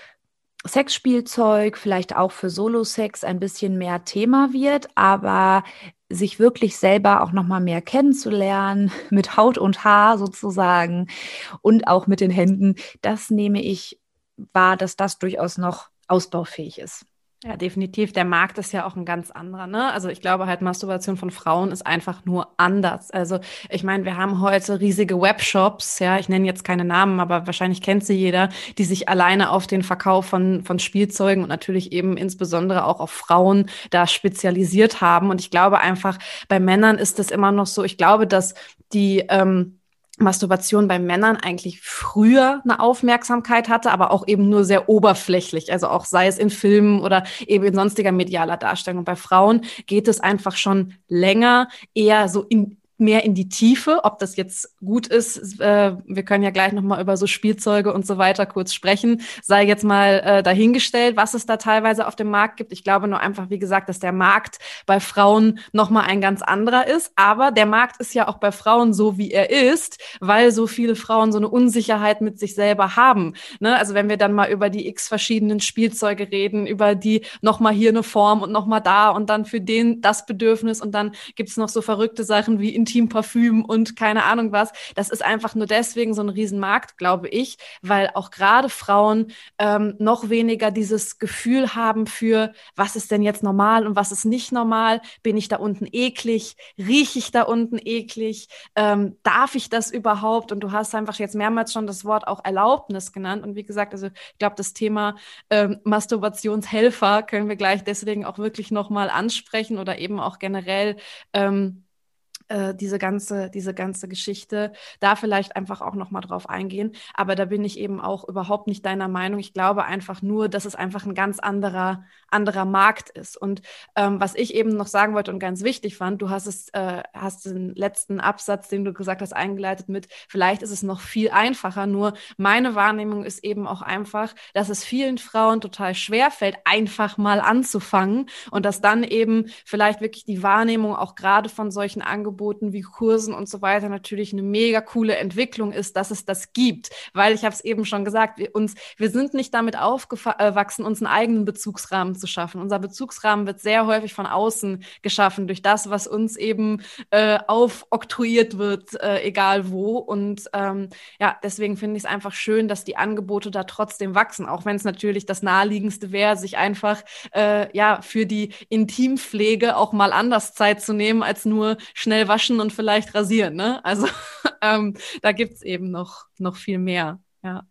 Sexspielzeug, vielleicht auch für Solo-Sex ein bisschen mehr Thema wird, aber sich wirklich selber auch nochmal mehr kennenzulernen, mit Haut und Haar sozusagen und auch mit den Händen, das nehme ich wahr, dass das durchaus noch ausbaufähig ist. Ja, definitiv. Der Markt ist ja auch ein ganz anderer, ne? Also ich glaube halt, Masturbation von Frauen ist einfach nur anders. Also ich meine, wir haben heute riesige Webshops, ja, ich nenne jetzt keine Namen, aber wahrscheinlich kennt sie jeder, die sich alleine auf den Verkauf von, von Spielzeugen und natürlich eben insbesondere auch auf Frauen da spezialisiert haben. Und ich glaube einfach, bei Männern ist es immer noch so, ich glaube, dass die ähm, Masturbation bei Männern eigentlich früher eine Aufmerksamkeit hatte, aber auch eben nur sehr oberflächlich, also auch sei es in Filmen oder eben in sonstiger medialer Darstellung. Und bei Frauen geht es einfach schon länger eher so in mehr in die Tiefe, ob das jetzt gut ist. Äh, wir können ja gleich noch mal über so Spielzeuge und so weiter kurz sprechen. Sei jetzt mal äh, dahingestellt, was es da teilweise auf dem Markt gibt. Ich glaube nur einfach, wie gesagt, dass der Markt bei Frauen noch mal ein ganz anderer ist. Aber der Markt ist ja auch bei Frauen so, wie er ist, weil so viele Frauen so eine Unsicherheit mit sich selber haben. Ne? Also wenn wir dann mal über die x verschiedenen Spielzeuge reden, über die noch mal hier eine Form und noch mal da und dann für den das Bedürfnis und dann gibt's noch so verrückte Sachen wie Intimparfüm und keine Ahnung was. Das ist einfach nur deswegen so ein Riesenmarkt, glaube ich, weil auch gerade Frauen ähm, noch weniger dieses Gefühl haben für, was ist denn jetzt normal und was ist nicht normal? Bin ich da unten eklig? Rieche ich da unten eklig? Ähm, darf ich das überhaupt? Und du hast einfach jetzt mehrmals schon das Wort auch Erlaubnis genannt. Und wie gesagt, also ich glaube, das Thema ähm, Masturbationshelfer können wir gleich deswegen auch wirklich nochmal ansprechen oder eben auch generell ähm, diese ganze, diese ganze Geschichte, da vielleicht einfach auch noch mal drauf eingehen. Aber da bin ich eben auch überhaupt nicht deiner Meinung. Ich glaube einfach nur, dass es einfach ein ganz anderer, anderer Markt ist. Und ähm, was ich eben noch sagen wollte und ganz wichtig fand, du hast es, äh, hast den letzten Absatz, den du gesagt hast, eingeleitet mit, vielleicht ist es noch viel einfacher. Nur meine Wahrnehmung ist eben auch einfach, dass es vielen Frauen total schwer fällt, einfach mal anzufangen und dass dann eben vielleicht wirklich die Wahrnehmung auch gerade von solchen Angeboten wie Kursen und so weiter natürlich eine mega coole Entwicklung ist, dass es das gibt. Weil ich habe es eben schon gesagt, wir, uns, wir sind nicht damit aufgewachsen, uns einen eigenen Bezugsrahmen zu schaffen. Unser Bezugsrahmen wird sehr häufig von außen geschaffen, durch das, was uns eben äh, aufoktroyiert wird, äh, egal wo. Und ähm, ja, deswegen finde ich es einfach schön, dass die Angebote da trotzdem wachsen, auch wenn es natürlich das Naheliegendste wäre, sich einfach äh, ja für die Intimpflege auch mal anders Zeit zu nehmen, als nur schnell waschen und vielleicht rasieren, ne? Also ähm, da gibt's eben noch, noch viel mehr, ja.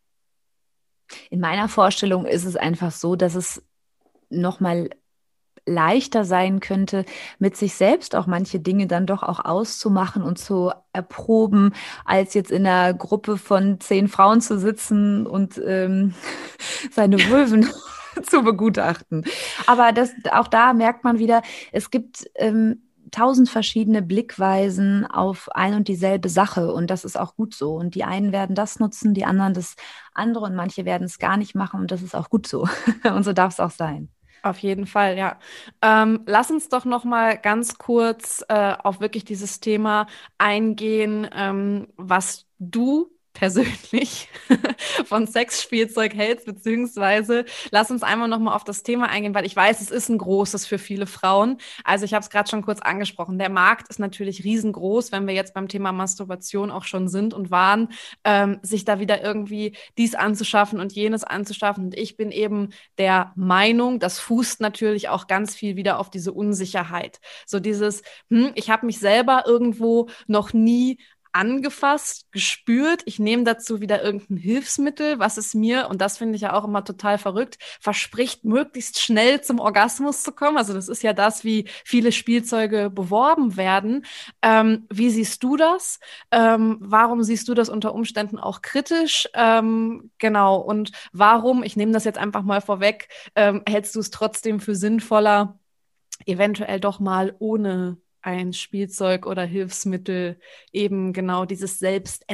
In meiner Vorstellung ist es einfach so, dass es nochmal leichter sein könnte, mit sich selbst auch manche Dinge dann doch auch auszumachen und zu erproben, als jetzt in einer Gruppe von zehn Frauen zu sitzen und ähm, seine Vulven zu begutachten. Aber das, auch da merkt man wieder, es gibt ähm, tausend verschiedene Blickweisen auf ein und dieselbe Sache und das ist auch gut so. Und die einen werden das nutzen, die anderen das andere und manche werden es gar nicht machen und das ist auch gut so. Und so darf es auch sein. Auf jeden Fall, ja. Ähm, lass uns doch noch mal ganz kurz äh, auf wirklich dieses Thema eingehen, ähm, was du persönlich von Sexspielzeug hältst, beziehungsweise lass uns einmal noch mal auf das Thema eingehen, weil ich weiß, es ist ein großes für viele Frauen. Also ich habe es gerade schon kurz angesprochen. Der Markt ist natürlich riesengroß, wenn wir jetzt beim Thema Masturbation auch schon sind und waren, ähm, sich da wieder irgendwie dies anzuschaffen und jenes anzuschaffen. Und ich bin eben der Meinung, das fußt natürlich auch ganz viel wieder auf diese Unsicherheit. So dieses, hm, ich habe mich selber irgendwo noch nie angefasst, gespürt. Ich nehme dazu wieder irgendein Hilfsmittel, was es mir, und das finde ich ja auch immer total verrückt, verspricht, möglichst schnell zum Orgasmus zu kommen. Also das ist ja das, wie viele Spielzeuge beworben werden. Ähm, wie siehst du das? Ähm, warum siehst du das unter Umständen auch kritisch? Ähm, genau. Und warum, ich nehme das jetzt einfach mal vorweg, ähm, hältst du es trotzdem für sinnvoller, eventuell doch mal ohne ein Spielzeug oder Hilfsmittel eben genau dieses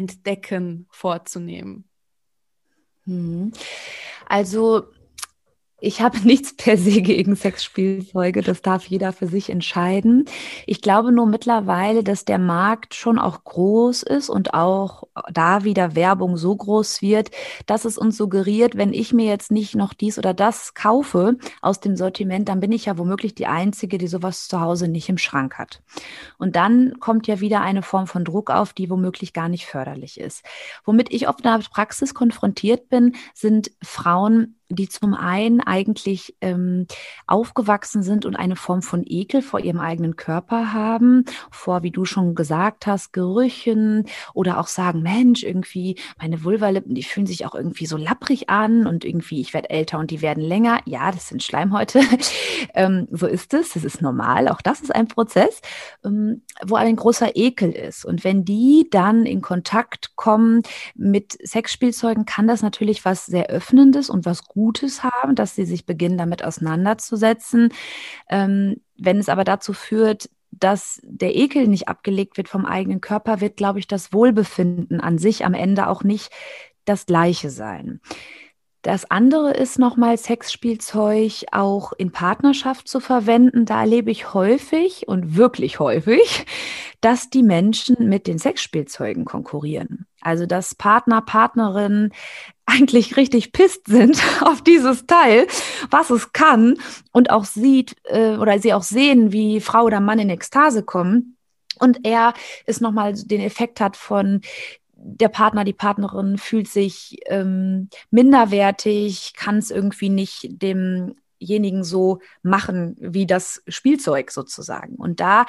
Selbstentdecken vorzunehmen? Mhm. Also Ich habe nichts per se gegen Sexspielzeuge, das darf jeder für sich entscheiden. Ich glaube nur mittlerweile, dass der Markt schon auch groß ist und auch da wieder Werbung so groß wird, dass es uns suggeriert, wenn ich mir jetzt nicht noch dies oder das kaufe aus dem Sortiment, dann bin ich ja womöglich die Einzige, die sowas zu Hause nicht im Schrank hat. Und dann kommt ja wieder eine Form von Druck auf, die womöglich gar nicht förderlich ist. Womit ich oft in der Praxis konfrontiert bin, sind Frauen, die zum einen eigentlich ähm, aufgewachsen sind und eine Form von Ekel vor ihrem eigenen Körper haben, vor, wie du schon gesagt hast, Gerüchen oder auch sagen, Mensch, irgendwie meine Vulvalippen, die fühlen sich auch irgendwie so lapprig an und irgendwie, ich werde älter und die werden länger. Ja, das sind Schleimhäute. ähm, so ist es, das ist normal, auch das ist ein Prozess, ähm, wo ein großer Ekel ist. Und wenn die dann in Kontakt kommen mit Sexspielzeugen, kann das natürlich was sehr Öffnendes und was Gutes haben, dass sie sich beginnen, damit auseinanderzusetzen. Ähm, wenn es aber dazu führt, dass der Ekel nicht abgelegt wird vom eigenen Körper, wird, glaube ich, das Wohlbefinden an sich am Ende auch nicht das Gleiche sein. Das andere ist nochmal Sexspielzeug auch in Partnerschaft zu verwenden. Da erlebe ich häufig und wirklich häufig, dass die Menschen mit den Sexspielzeugen konkurrieren. Also dass Partner, Partnerinnen eigentlich richtig pisst sind auf dieses Teil, was es kann und auch sieht äh, oder sie auch sehen, wie Frau oder Mann in Ekstase kommen. Und er es nochmal den Effekt hat von der Partner, die Partnerin fühlt sich ähm, minderwertig, kann es irgendwie nicht demjenigen so machen wie das Spielzeug sozusagen. Und da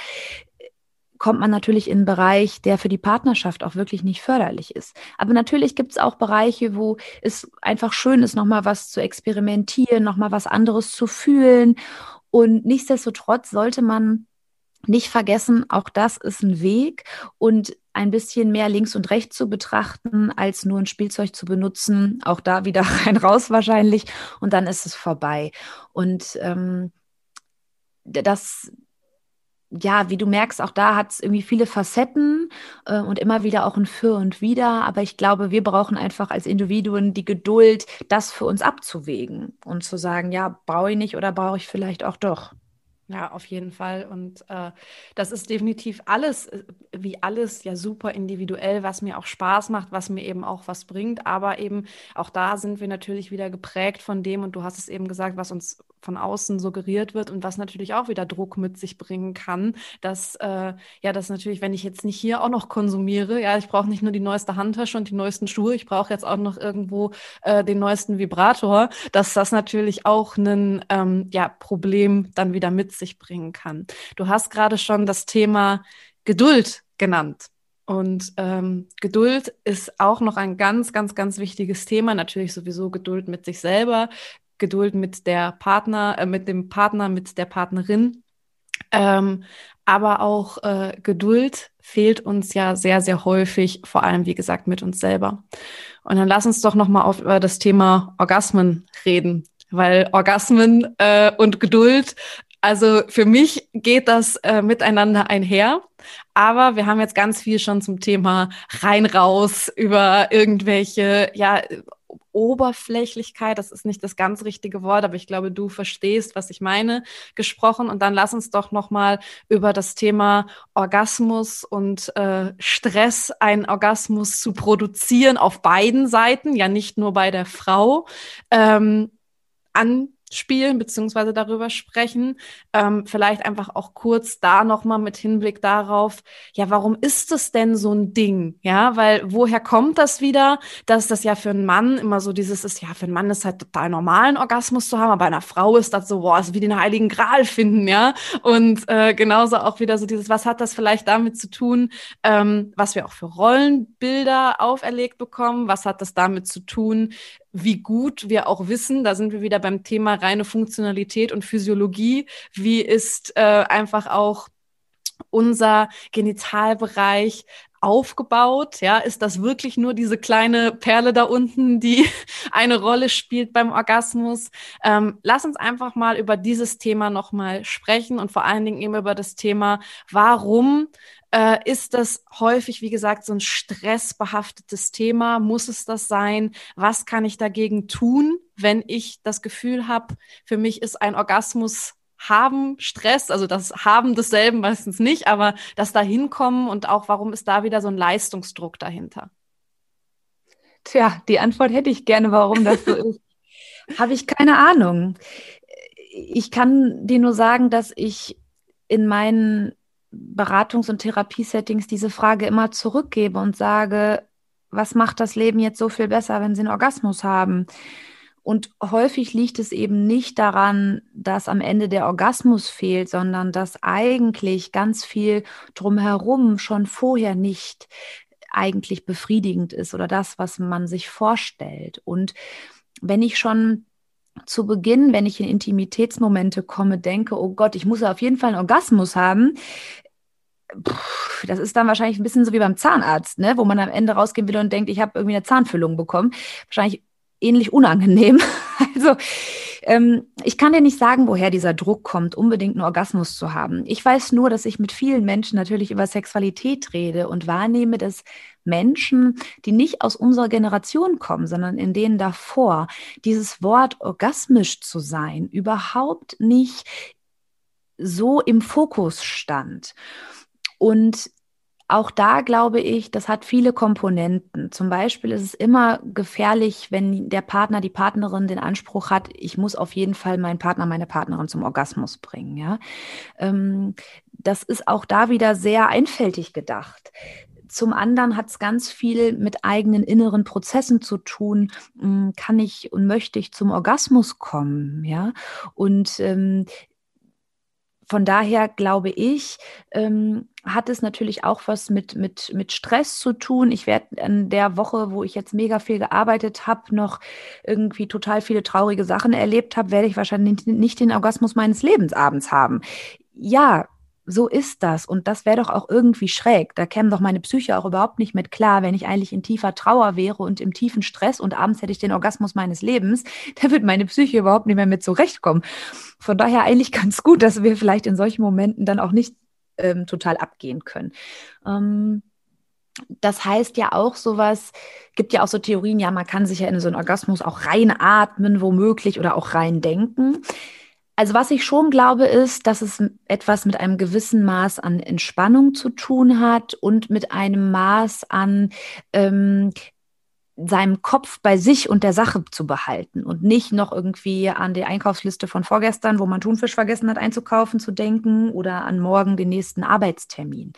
kommt man natürlich in einen Bereich, der für die Partnerschaft auch wirklich nicht förderlich ist. Aber natürlich gibt es auch Bereiche, wo es einfach schön ist, nochmal was zu experimentieren, nochmal was anderes zu fühlen. Und nichtsdestotrotz sollte man nicht vergessen, auch das ist ein Weg und ein bisschen mehr links und rechts zu betrachten, als nur ein Spielzeug zu benutzen. Auch da wieder rein raus wahrscheinlich und dann ist es vorbei. Und ähm, das ja, wie du merkst, auch da hat es irgendwie viele Facetten äh, und immer wieder auch ein Für und Wider. Aber ich glaube, wir brauchen einfach als Individuen die Geduld, das für uns abzuwägen und zu sagen, ja, brauche ich nicht oder brauche ich vielleicht auch doch. Ja, auf jeden Fall. Und äh, das ist definitiv alles, äh, wie alles, ja super individuell, was mir auch Spaß macht, was mir eben auch was bringt. Aber eben auch da sind wir natürlich wieder geprägt von dem, und du hast es eben gesagt, was uns von außen suggeriert wird und was natürlich auch wieder Druck mit sich bringen kann, dass äh, ja, das natürlich, wenn ich jetzt nicht hier auch noch konsumiere, ja, ich brauche nicht nur die neueste Handtasche und die neuesten Schuhe, ich brauche jetzt auch noch irgendwo äh, den neuesten Vibrator, dass das natürlich auch ein ähm, ja, Problem dann wieder mit sich bringen kann. Du hast gerade schon das Thema Geduld genannt. Und ähm, Geduld ist auch noch ein ganz, ganz, ganz wichtiges Thema. Natürlich sowieso Geduld mit sich selber, Geduld mit der Partner, äh, mit dem Partner, mit der Partnerin. Ähm, aber auch äh, Geduld fehlt uns ja sehr, sehr häufig, vor allem, wie gesagt, mit uns selber. Und dann lass uns doch nochmal auf über das Thema Orgasmen reden, weil Orgasmen äh, und Geduld, also für mich geht das äh, miteinander einher. Aber wir haben jetzt ganz viel schon zum Thema rein raus über irgendwelche, ja, Oberflächlichkeit, das ist nicht das ganz richtige Wort, aber ich glaube, du verstehst, was ich meine, gesprochen. Und dann lass uns doch nochmal über das Thema Orgasmus und äh, Stress, einen Orgasmus zu produzieren auf beiden Seiten, ja nicht nur bei der Frau, ähm, anspielen beziehungsweise darüber sprechen. Ähm, vielleicht einfach auch kurz da nochmal mit Hinblick darauf, ja, warum ist das denn so ein Ding? Ja, weil woher kommt das wieder, dass das ja für einen Mann immer so dieses ist, ja, für einen Mann ist halt total normal, einen Orgasmus zu haben, aber bei einer Frau ist das so, boah, ist wie den Heiligen Gral finden, ja. Und äh, genauso auch wieder so dieses, was hat das vielleicht damit zu tun, ähm, was wir auch für Rollenbilder auferlegt bekommen, was hat das damit zu tun, wie gut wir auch wissen, da sind wir wieder beim Thema reine Funktionalität und Physiologie, wie ist äh, einfach auch unser Genitalbereich aufgebaut, ja, ist das wirklich nur diese kleine Perle da unten, die eine Rolle spielt beim Orgasmus? Ähm, lass uns einfach mal über dieses Thema nochmal sprechen und vor allen Dingen eben über das Thema, warum äh, ist das häufig, wie gesagt, so ein stressbehaftetes Thema? Muss es das sein? Was kann ich dagegen tun? wenn ich das Gefühl habe, für mich ist ein Orgasmus haben Stress, also das Haben desselben meistens nicht, aber das da hinkommen und auch, warum ist da wieder so ein Leistungsdruck dahinter? Tja, die Antwort hätte ich gerne, warum das so ist. Habe ich keine Ahnung. Ich kann dir nur sagen, dass ich in meinen Beratungs- und Therapiesettings diese Frage immer zurückgebe und sage, was macht das Leben jetzt so viel besser, wenn Sie einen Orgasmus haben? Und häufig liegt es eben nicht daran, dass am Ende der Orgasmus fehlt, sondern dass eigentlich ganz viel drumherum schon vorher nicht eigentlich befriedigend ist oder das, was man sich vorstellt. Und wenn ich schon zu Beginn, wenn ich in Intimitätsmomente komme, denke, oh Gott, ich muss ja auf jeden Fall einen Orgasmus haben, Puh, das ist dann wahrscheinlich ein bisschen so wie beim Zahnarzt, ne? Wo man am Ende rausgehen will und denkt, ich habe irgendwie eine Zahnfüllung bekommen. Wahrscheinlich ähnlich unangenehm. Also ähm, ich kann dir nicht sagen, woher dieser Druck kommt, unbedingt einen Orgasmus zu haben. Ich weiß nur, dass ich mit vielen Menschen natürlich über Sexualität rede und wahrnehme, dass Menschen, die nicht aus unserer Generation kommen, sondern in denen davor, dieses Wort orgasmisch zu sein, überhaupt nicht so im Fokus stand. Und auch da glaube ich, das hat viele Komponenten. Zum Beispiel ist es immer gefährlich, wenn der Partner, die Partnerin den Anspruch hat, ich muss auf jeden Fall meinen Partner, meine Partnerin zum Orgasmus bringen. Ja? Ähm, das ist auch da wieder sehr einfältig gedacht. Zum anderen hat es ganz viel mit eigenen inneren Prozessen zu tun. Kann ich und möchte ich zum Orgasmus kommen? Ja? Und ähm, Von daher glaube ich, ähm, hat es natürlich auch was mit, mit, mit Stress zu tun. Ich werde in der Woche, wo ich jetzt mega viel gearbeitet habe, noch irgendwie total viele traurige Sachen erlebt habe, werde ich wahrscheinlich nicht den Orgasmus meines Lebens abends haben. Ja, so ist das. Und das wäre doch auch irgendwie schräg. Da käme doch meine Psyche auch überhaupt nicht mit klar, wenn ich eigentlich in tiefer Trauer wäre und im tiefen Stress und abends hätte ich den Orgasmus meines Lebens. Da wird meine Psyche überhaupt nicht mehr mit zurechtkommen. Von daher eigentlich ganz gut, dass wir vielleicht in solchen Momenten dann auch nicht ähm, total abgehen können. Ähm, das heißt ja auch sowas, gibt ja auch so Theorien, ja, man kann sich ja in so einen Orgasmus auch reinatmen, womöglich, oder auch reindenken. Also was ich schon glaube, ist, dass es etwas mit einem gewissen Maß an Entspannung zu tun hat und mit einem Maß an ähm, seinem Kopf bei sich und der Sache zu behalten und nicht noch irgendwie an die Einkaufsliste von vorgestern, wo man Thunfisch vergessen hat einzukaufen, zu denken oder an morgen den nächsten Arbeitstermin.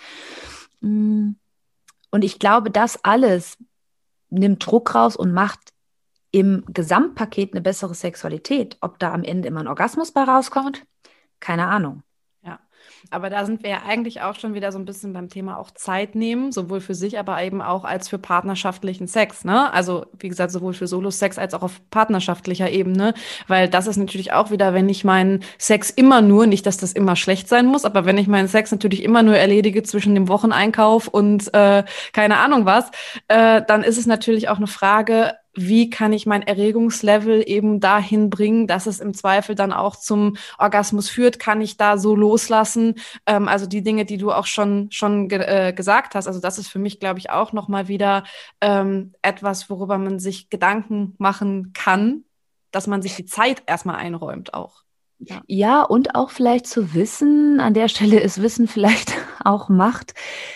Und ich glaube, das alles nimmt Druck raus und macht im Gesamtpaket eine bessere Sexualität. Ob da am Ende immer ein Orgasmus bei rauskommt, keine Ahnung. Ja, aber da sind wir ja eigentlich auch schon wieder so ein bisschen beim Thema auch Zeit nehmen, sowohl für sich, aber eben auch als für partnerschaftlichen Sex, ne? Also wie gesagt, sowohl für Solo-Sex als auch auf partnerschaftlicher Ebene, weil das ist natürlich auch wieder, wenn ich meinen Sex immer nur, nicht, dass das immer schlecht sein muss, aber wenn ich meinen Sex natürlich immer nur erledige zwischen dem Wocheneinkauf und äh, keine Ahnung was, äh, dann ist es natürlich auch eine Frage, wie kann ich mein Erregungslevel eben dahin bringen, dass es im Zweifel dann auch zum Orgasmus führt? Kann ich da so loslassen? Ähm, also die Dinge, die du auch schon schon ge äh, gesagt hast. Also das ist für mich, glaube ich, auch noch mal wieder ähm, etwas, worüber man sich Gedanken machen kann, dass man sich die Zeit erstmal einräumt auch. Ja. Ja, und auch vielleicht zu wissen, an der Stelle ist Wissen vielleicht auch Macht,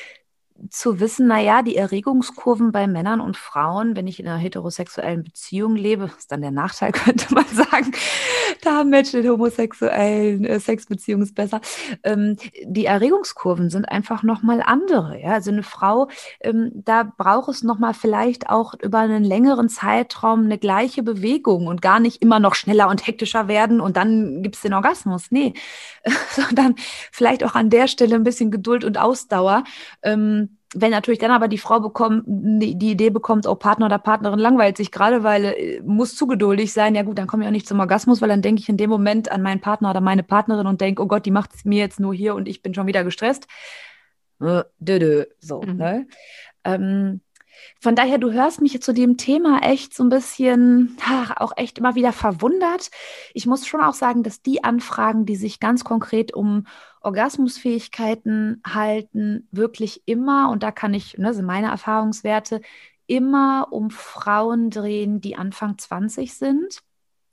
zu wissen, naja, die Erregungskurven bei Männern und Frauen, wenn ich in einer heterosexuellen Beziehung lebe, ist dann der Nachteil, könnte man sagen, da haben Menschen in homosexuellen äh, Sexbeziehungen ist besser. Ähm, die Erregungskurven sind einfach nochmal andere. Ja? Also eine Frau, ähm, da braucht es nochmal vielleicht auch über einen längeren Zeitraum eine gleiche Bewegung und gar nicht immer noch schneller und hektischer werden und dann gibt es den Orgasmus. Nee, sondern vielleicht auch an der Stelle ein bisschen Geduld und Ausdauer. Ähm, Wenn natürlich dann aber die Frau bekommt, die, die Idee bekommt, oh, Partner oder Partnerin langweilt sich gerade, weil äh, muss zu geduldig sein, ja gut, dann komme ich auch nicht zum Orgasmus, weil dann denke ich in dem Moment an meinen Partner oder meine Partnerin und denke, oh Gott, die macht es mir jetzt nur hier und ich bin schon wieder gestresst. Äh, dö, dö, so, mhm. ne? Ähm, von daher, du hörst mich zu dem Thema echt so ein bisschen, ach, auch echt immer wieder verwundert. Ich muss schon auch sagen, dass die Anfragen, die sich ganz konkret um Orgasmusfähigkeiten halten, wirklich immer, und da kann ich, ne, sind meine Erfahrungswerte, immer um Frauen drehen, die Anfang zwanzig sind.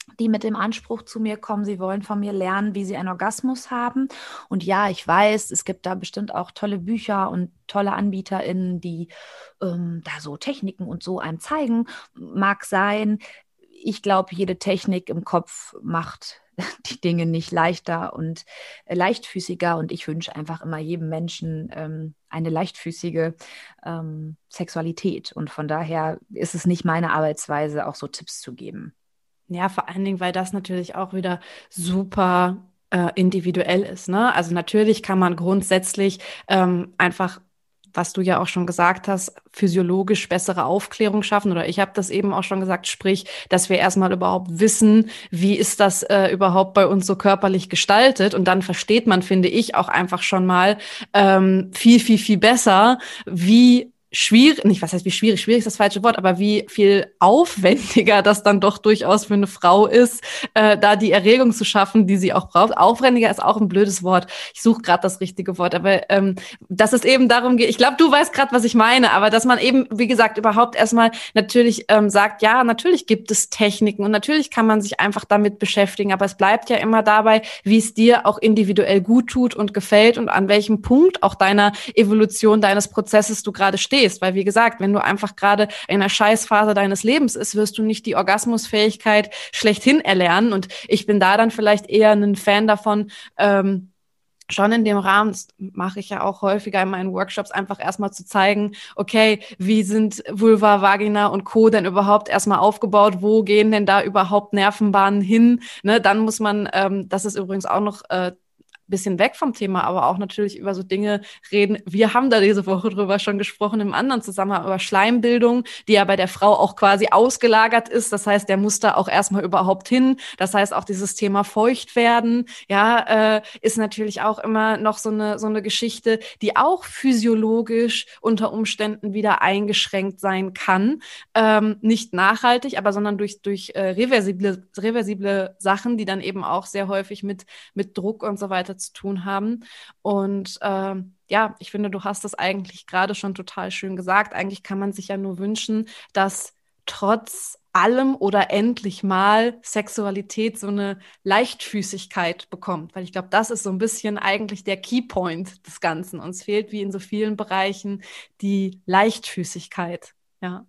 die mit dem Anspruch zu mir kommen, sie wollen von mir lernen, wie sie einen Orgasmus haben. Und ja, ich weiß, es gibt da bestimmt auch tolle Bücher und tolle AnbieterInnen, die ähm, da so Techniken und so einem zeigen. Mag sein. Ich glaube, jede Technik im Kopf macht die Dinge nicht leichter und äh, leichtfüßiger. Und ich wünsche einfach immer jedem Menschen ähm, eine leichtfüßige ähm, Sexualität. Und von daher ist es nicht meine Arbeitsweise, auch so Tipps zu geben. Ja, vor allen Dingen, weil das natürlich auch wieder super äh, individuell ist, ne? Also natürlich kann man grundsätzlich ähm, einfach, was du ja auch schon gesagt hast, physiologisch bessere Aufklärung schaffen. Oder ich habe das eben auch schon gesagt, sprich, dass wir erstmal überhaupt wissen, wie ist das äh, überhaupt bei uns so körperlich gestaltet. Und dann versteht man, finde ich, auch einfach schon mal ähm, viel, viel, viel besser, wie schwierig, nicht was heißt wie schwierig, schwierig ist das falsche Wort, aber wie viel aufwendiger das dann doch durchaus für eine Frau ist, äh, da die Erregung zu schaffen, die sie auch braucht. Aufwendiger ist auch ein blödes Wort. Ich suche gerade das richtige Wort, aber ähm, dass es eben darum geht, ich glaube, du weißt gerade, was ich meine, aber dass man eben, wie gesagt, überhaupt erstmal natürlich ähm, sagt, ja, natürlich gibt es Techniken und natürlich kann man sich einfach damit beschäftigen, aber es bleibt ja immer dabei, wie es dir auch individuell gut tut und gefällt und an welchem Punkt auch deiner Evolution, deines Prozesses du gerade stehst. Weil, wie gesagt, wenn du einfach gerade in einer Scheißphase deines Lebens ist, wirst du nicht die Orgasmusfähigkeit schlechthin erlernen. Und ich bin da dann vielleicht eher ein Fan davon, ähm, schon in dem Rahmen, das mache ich ja auch häufiger in meinen Workshops, einfach erstmal zu zeigen, okay, wie sind Vulva, Vagina und Co. denn überhaupt erstmal aufgebaut? Wo gehen denn da überhaupt Nervenbahnen hin? Ne, dann muss man, ähm, das ist übrigens auch noch äh, bisschen weg vom Thema, aber auch natürlich über so Dinge reden. Wir haben da diese Woche drüber schon gesprochen, im anderen Zusammenhang über Schleimbildung, die ja bei der Frau auch quasi ausgelagert ist. Das heißt, der muss da auch erstmal überhaupt hin. Das heißt, auch dieses Thema Feuchtwerden, ja, äh, ist natürlich auch immer noch so eine, so eine Geschichte, die auch physiologisch unter Umständen wieder eingeschränkt sein kann. Ähm, nicht nachhaltig, aber sondern durch, durch äh, reversible, reversible Sachen, die dann eben auch sehr häufig mit, mit Druck und so weiter zu tun haben. Und ähm, ja, ich finde, du hast das eigentlich gerade schon total schön gesagt. Eigentlich kann man sich ja nur wünschen, dass trotz allem oder endlich mal Sexualität so eine Leichtfüßigkeit bekommt. Weil ich glaube, das ist so ein bisschen eigentlich der Keypoint des Ganzen. Uns fehlt wie in so vielen Bereichen die Leichtfüßigkeit. Ja.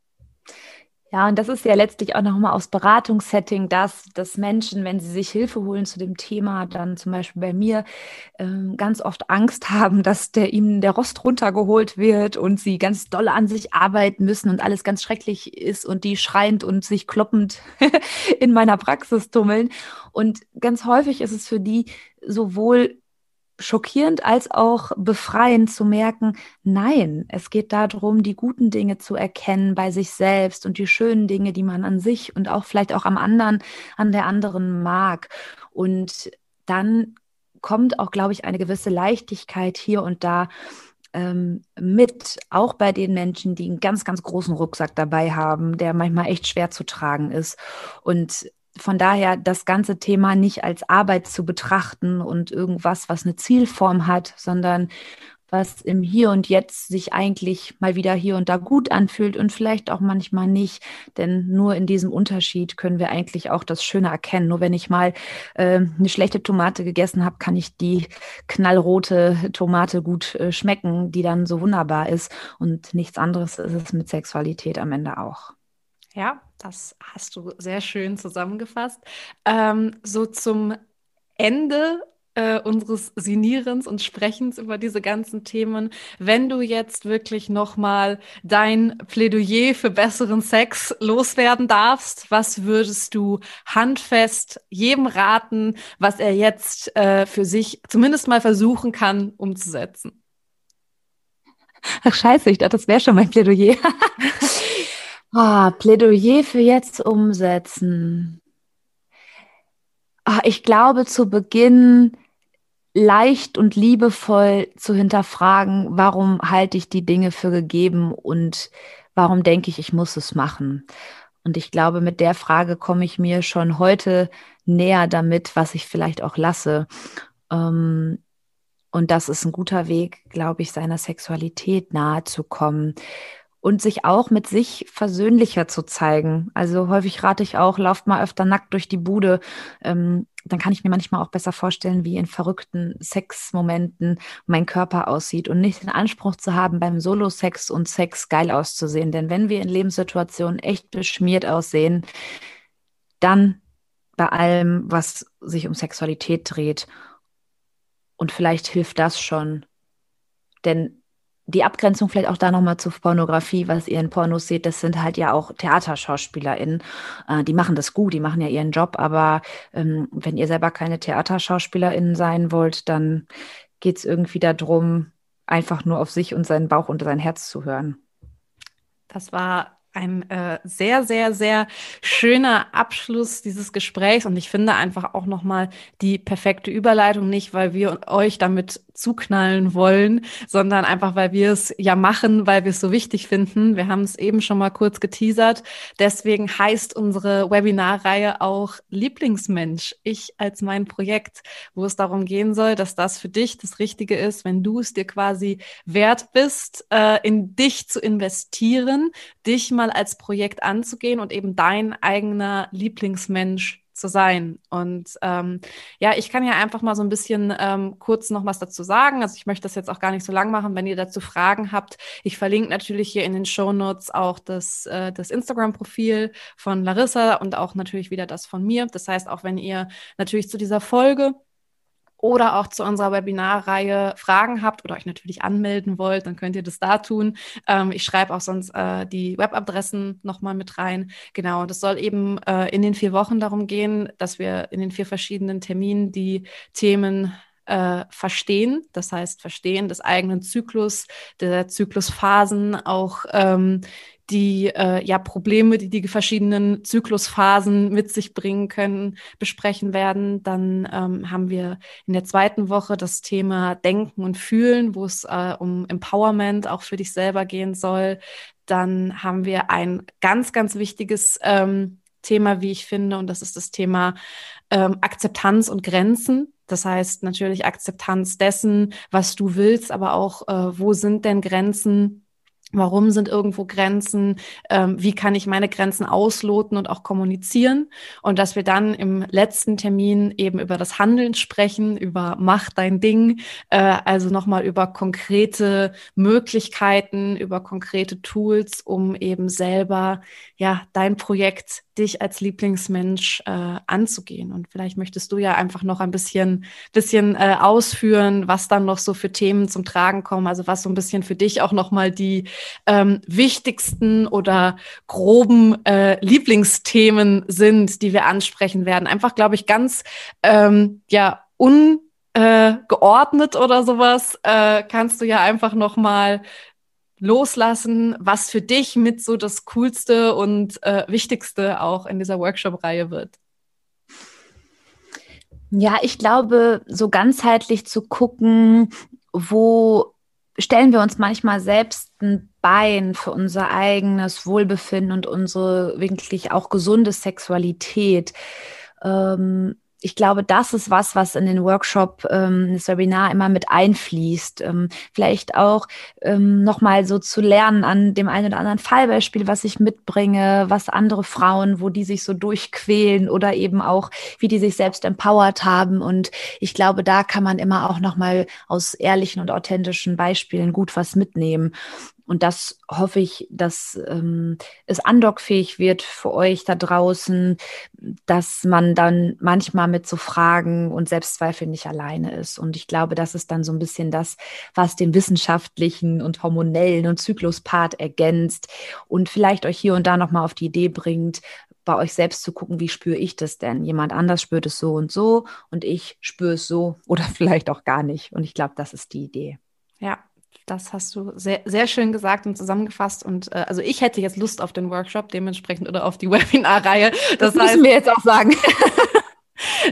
Ja, und das ist ja letztlich auch nochmal aus Beratungssetting das, dass Menschen, wenn sie sich Hilfe holen zu dem Thema, dann zum Beispiel bei mir, ähm, ganz oft Angst haben, dass der ihnen der Rost runtergeholt wird und sie ganz doll an sich arbeiten müssen und alles ganz schrecklich ist und die schreiend und sich kloppend in meiner Praxis tummeln. Und ganz häufig ist es für die sowohl schockierend als auch befreiend zu merken, nein, es geht darum, die guten Dinge zu erkennen bei sich selbst und die schönen Dinge, die man an sich und auch vielleicht auch am anderen, an der anderen mag. Und dann kommt auch, glaube ich, eine gewisse Leichtigkeit hier und da ähm, mit, auch bei den Menschen, die einen ganz, ganz großen Rucksack dabei haben, der manchmal echt schwer zu tragen ist. Und von daher das ganze Thema nicht als Arbeit zu betrachten und irgendwas, was eine Zielform hat, sondern was im Hier und Jetzt sich eigentlich mal wieder hier und da gut anfühlt und vielleicht auch manchmal nicht. Denn nur in diesem Unterschied können wir eigentlich auch das Schöne erkennen. Nur wenn ich mal äh, eine schlechte Tomate gegessen habe, kann ich die knallrote Tomate gut äh, schmecken, die dann so wunderbar ist. Und nichts anderes ist es mit Sexualität am Ende auch. Ja, das hast du sehr schön zusammengefasst. Ähm, so zum Ende äh, unseres Sinierens und Sprechens über diese ganzen Themen, wenn du jetzt wirklich nochmal dein Plädoyer für besseren Sex loswerden darfst, was würdest du handfest jedem raten, was er jetzt äh, für sich zumindest mal versuchen kann, umzusetzen? Ach scheiße, ich dachte, das wäre schon mein Plädoyer. Ah, Plädoyer für jetzt umsetzen. Ah, ich glaube, zu Beginn leicht und liebevoll zu hinterfragen, warum halte ich die Dinge für gegeben und warum denke ich, ich muss es machen. Und ich glaube, mit der Frage komme ich mir schon heute näher damit, was ich vielleicht auch lasse. Und das ist ein guter Weg, glaube ich, seiner Sexualität nahe zu kommen. und sich auch mit sich versöhnlicher zu zeigen. Also häufig rate ich auch, lauft mal öfter nackt durch die Bude. Ähm, dann kann ich mir manchmal auch besser vorstellen, wie in verrückten Sexmomenten mein Körper aussieht und nicht den Anspruch zu haben, beim Solo-Sex und Sex geil auszusehen. Denn wenn wir in Lebenssituationen echt beschmiert aussehen, dann bei allem, was sich um Sexualität dreht. Und vielleicht hilft das schon. Denn die Abgrenzung vielleicht auch da nochmal zur Pornografie, was ihr in Pornos seht, das sind halt ja auch TheaterschauspielerInnen. Äh, die machen das gut, die machen ja ihren Job, aber ähm, wenn ihr selber keine TheaterschauspielerInnen sein wollt, dann geht es irgendwie darum, einfach nur auf sich und seinen Bauch und sein Herz zu hören. Das war ein äh, sehr, sehr, sehr schöner Abschluss dieses Gesprächs und ich finde einfach auch nochmal die perfekte Überleitung, nicht weil wir euch damit zuknallen wollen, sondern einfach, weil wir es ja machen, weil wir es so wichtig finden. Wir haben es eben schon mal kurz geteasert. Deswegen heißt unsere Webinarreihe auch Lieblingsmensch, ich als mein Projekt, wo es darum gehen soll, dass das für dich das Richtige ist, wenn du es dir quasi wert bist, äh, in dich zu investieren, dich mal als Projekt anzugehen und eben dein eigener Lieblingsmensch zu sein. Und ähm, ja, ich kann ja einfach mal so ein bisschen ähm, kurz noch was dazu sagen. Also ich möchte das jetzt auch gar nicht so lang machen. Wenn ihr dazu Fragen habt, ich verlinke natürlich hier in den Shownotes auch das, äh, das Instagram-Profil von Larissa und auch natürlich wieder das von mir. Das heißt, auch wenn ihr natürlich zu dieser Folge oder auch zu unserer Webinarreihe Fragen habt oder euch natürlich anmelden wollt, dann könnt ihr das da tun. Ähm, ich schreibe auch sonst äh, die Webadressen nochmal mit rein. Genau, das soll eben äh, in den vier Wochen darum gehen, dass wir in den vier verschiedenen Terminen die Themen äh, verstehen. Das heißt, Verstehen des eigenen Zyklus, der Zyklusphasen, auch ähm, die äh, ja Probleme, die die verschiedenen Zyklusphasen mit sich bringen können, besprechen werden. Dann ähm, haben wir in der zweiten Woche das Thema Denken und Fühlen, wo es äh, um Empowerment auch für dich selber gehen soll. Dann haben wir ein ganz, ganz wichtiges ähm, Thema, wie ich finde, und das ist das Thema ähm, Akzeptanz und Grenzen. Das heißt natürlich Akzeptanz dessen, was du willst, aber auch, äh, wo sind denn Grenzen? Warum sind irgendwo Grenzen? Ähm, wie kann ich meine Grenzen ausloten und auch kommunizieren? Und dass wir dann im letzten Termin eben über das Handeln sprechen, über Mach dein Ding, äh, also nochmal über konkrete Möglichkeiten, über konkrete Tools, um eben selber ja dein Projekt, dich als Lieblingsmensch äh, anzugehen. Und vielleicht möchtest du ja einfach noch ein bisschen, bisschen äh, ausführen, was dann noch so für Themen zum Tragen kommen, also was so ein bisschen für dich auch nochmal die ähm, wichtigsten oder groben äh, Lieblingsthemen sind, die wir ansprechen werden. Einfach, glaube ich, ganz ähm, ja ungeordnet äh, oder sowas, äh, kannst du ja einfach nochmal loslassen, was für dich mit so das Coolste und äh, Wichtigste auch in dieser Workshop-Reihe wird. Ja, ich glaube, so ganzheitlich zu gucken, wo stellen wir uns manchmal selbst ein Bein für unser eigenes Wohlbefinden und unsere wirklich auch gesunde Sexualität. Ähm, Ich glaube, das ist was, was in den Workshop, ähm, das Webinar immer mit einfließt. Ähm, vielleicht auch ähm, nochmal so zu lernen an dem einen oder anderen Fallbeispiel, was ich mitbringe, was andere Frauen, wo die sich so durchquälen oder eben auch, wie die sich selbst empowert haben. Und ich glaube, da kann man immer auch nochmal aus ehrlichen und authentischen Beispielen gut was mitnehmen. Und das hoffe ich, dass ähm, es andockfähig wird für euch da draußen, dass man dann manchmal mit so Fragen und Selbstzweifeln nicht alleine ist. Und ich glaube, das ist dann so ein bisschen das, was den wissenschaftlichen und hormonellen und Zykluspart ergänzt und vielleicht euch hier und da nochmal auf die Idee bringt, bei euch selbst zu gucken, wie spüre ich das denn? Jemand anders spürt es so und so und ich spüre es so oder vielleicht auch gar nicht. Und ich glaube, das ist die Idee. Ja. Das hast du sehr, sehr schön gesagt und zusammengefasst. Und äh, also ich hätte jetzt Lust auf den Workshop dementsprechend oder auf die Webinarreihe. Das, das müssen heißt, wir jetzt auch sagen.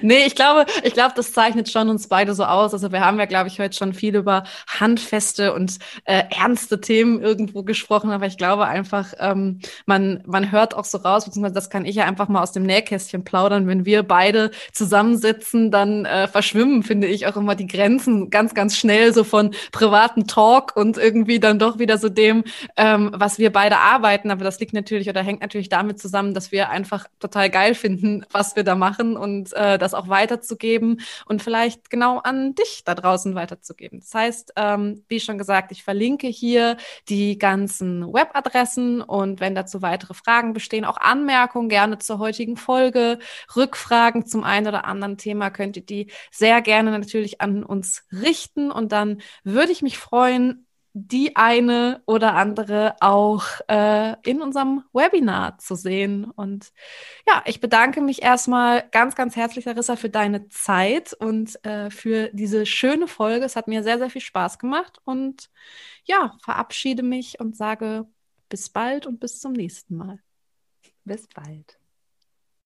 Nee, ich glaube, ich glaube, das zeichnet schon uns beide so aus. Also wir haben ja, glaube ich, heute schon viel über handfeste und äh, ernste Themen irgendwo gesprochen, aber ich glaube einfach, ähm, man, man hört auch so raus, beziehungsweise das kann ich ja einfach mal aus dem Nähkästchen plaudern, wenn wir beide zusammensitzen, dann äh, verschwimmen, finde ich, auch immer die Grenzen ganz, ganz schnell so von privaten Talk und irgendwie dann doch wieder so dem, ähm, was wir beide arbeiten. Aber das liegt natürlich oder hängt natürlich damit zusammen, dass wir einfach total geil finden, was wir da machen und äh, das auch weiterzugeben und vielleicht genau an dich da draußen weiterzugeben. Das heißt, ähm, wie schon gesagt, ich verlinke hier die ganzen Webadressen und wenn dazu weitere Fragen bestehen, auch Anmerkungen gerne zur heutigen Folge, Rückfragen zum einen oder anderen Thema, könnt ihr die sehr gerne natürlich an uns richten und dann würde ich mich freuen, die eine oder andere auch äh, in unserem Webinar zu sehen. Und ja, ich bedanke mich erstmal ganz, ganz herzlich, Larissa, für deine Zeit und äh, für diese schöne Folge. Es hat mir sehr, sehr viel Spaß gemacht und ja, verabschiede mich und sage bis bald und bis zum nächsten Mal. Bis bald.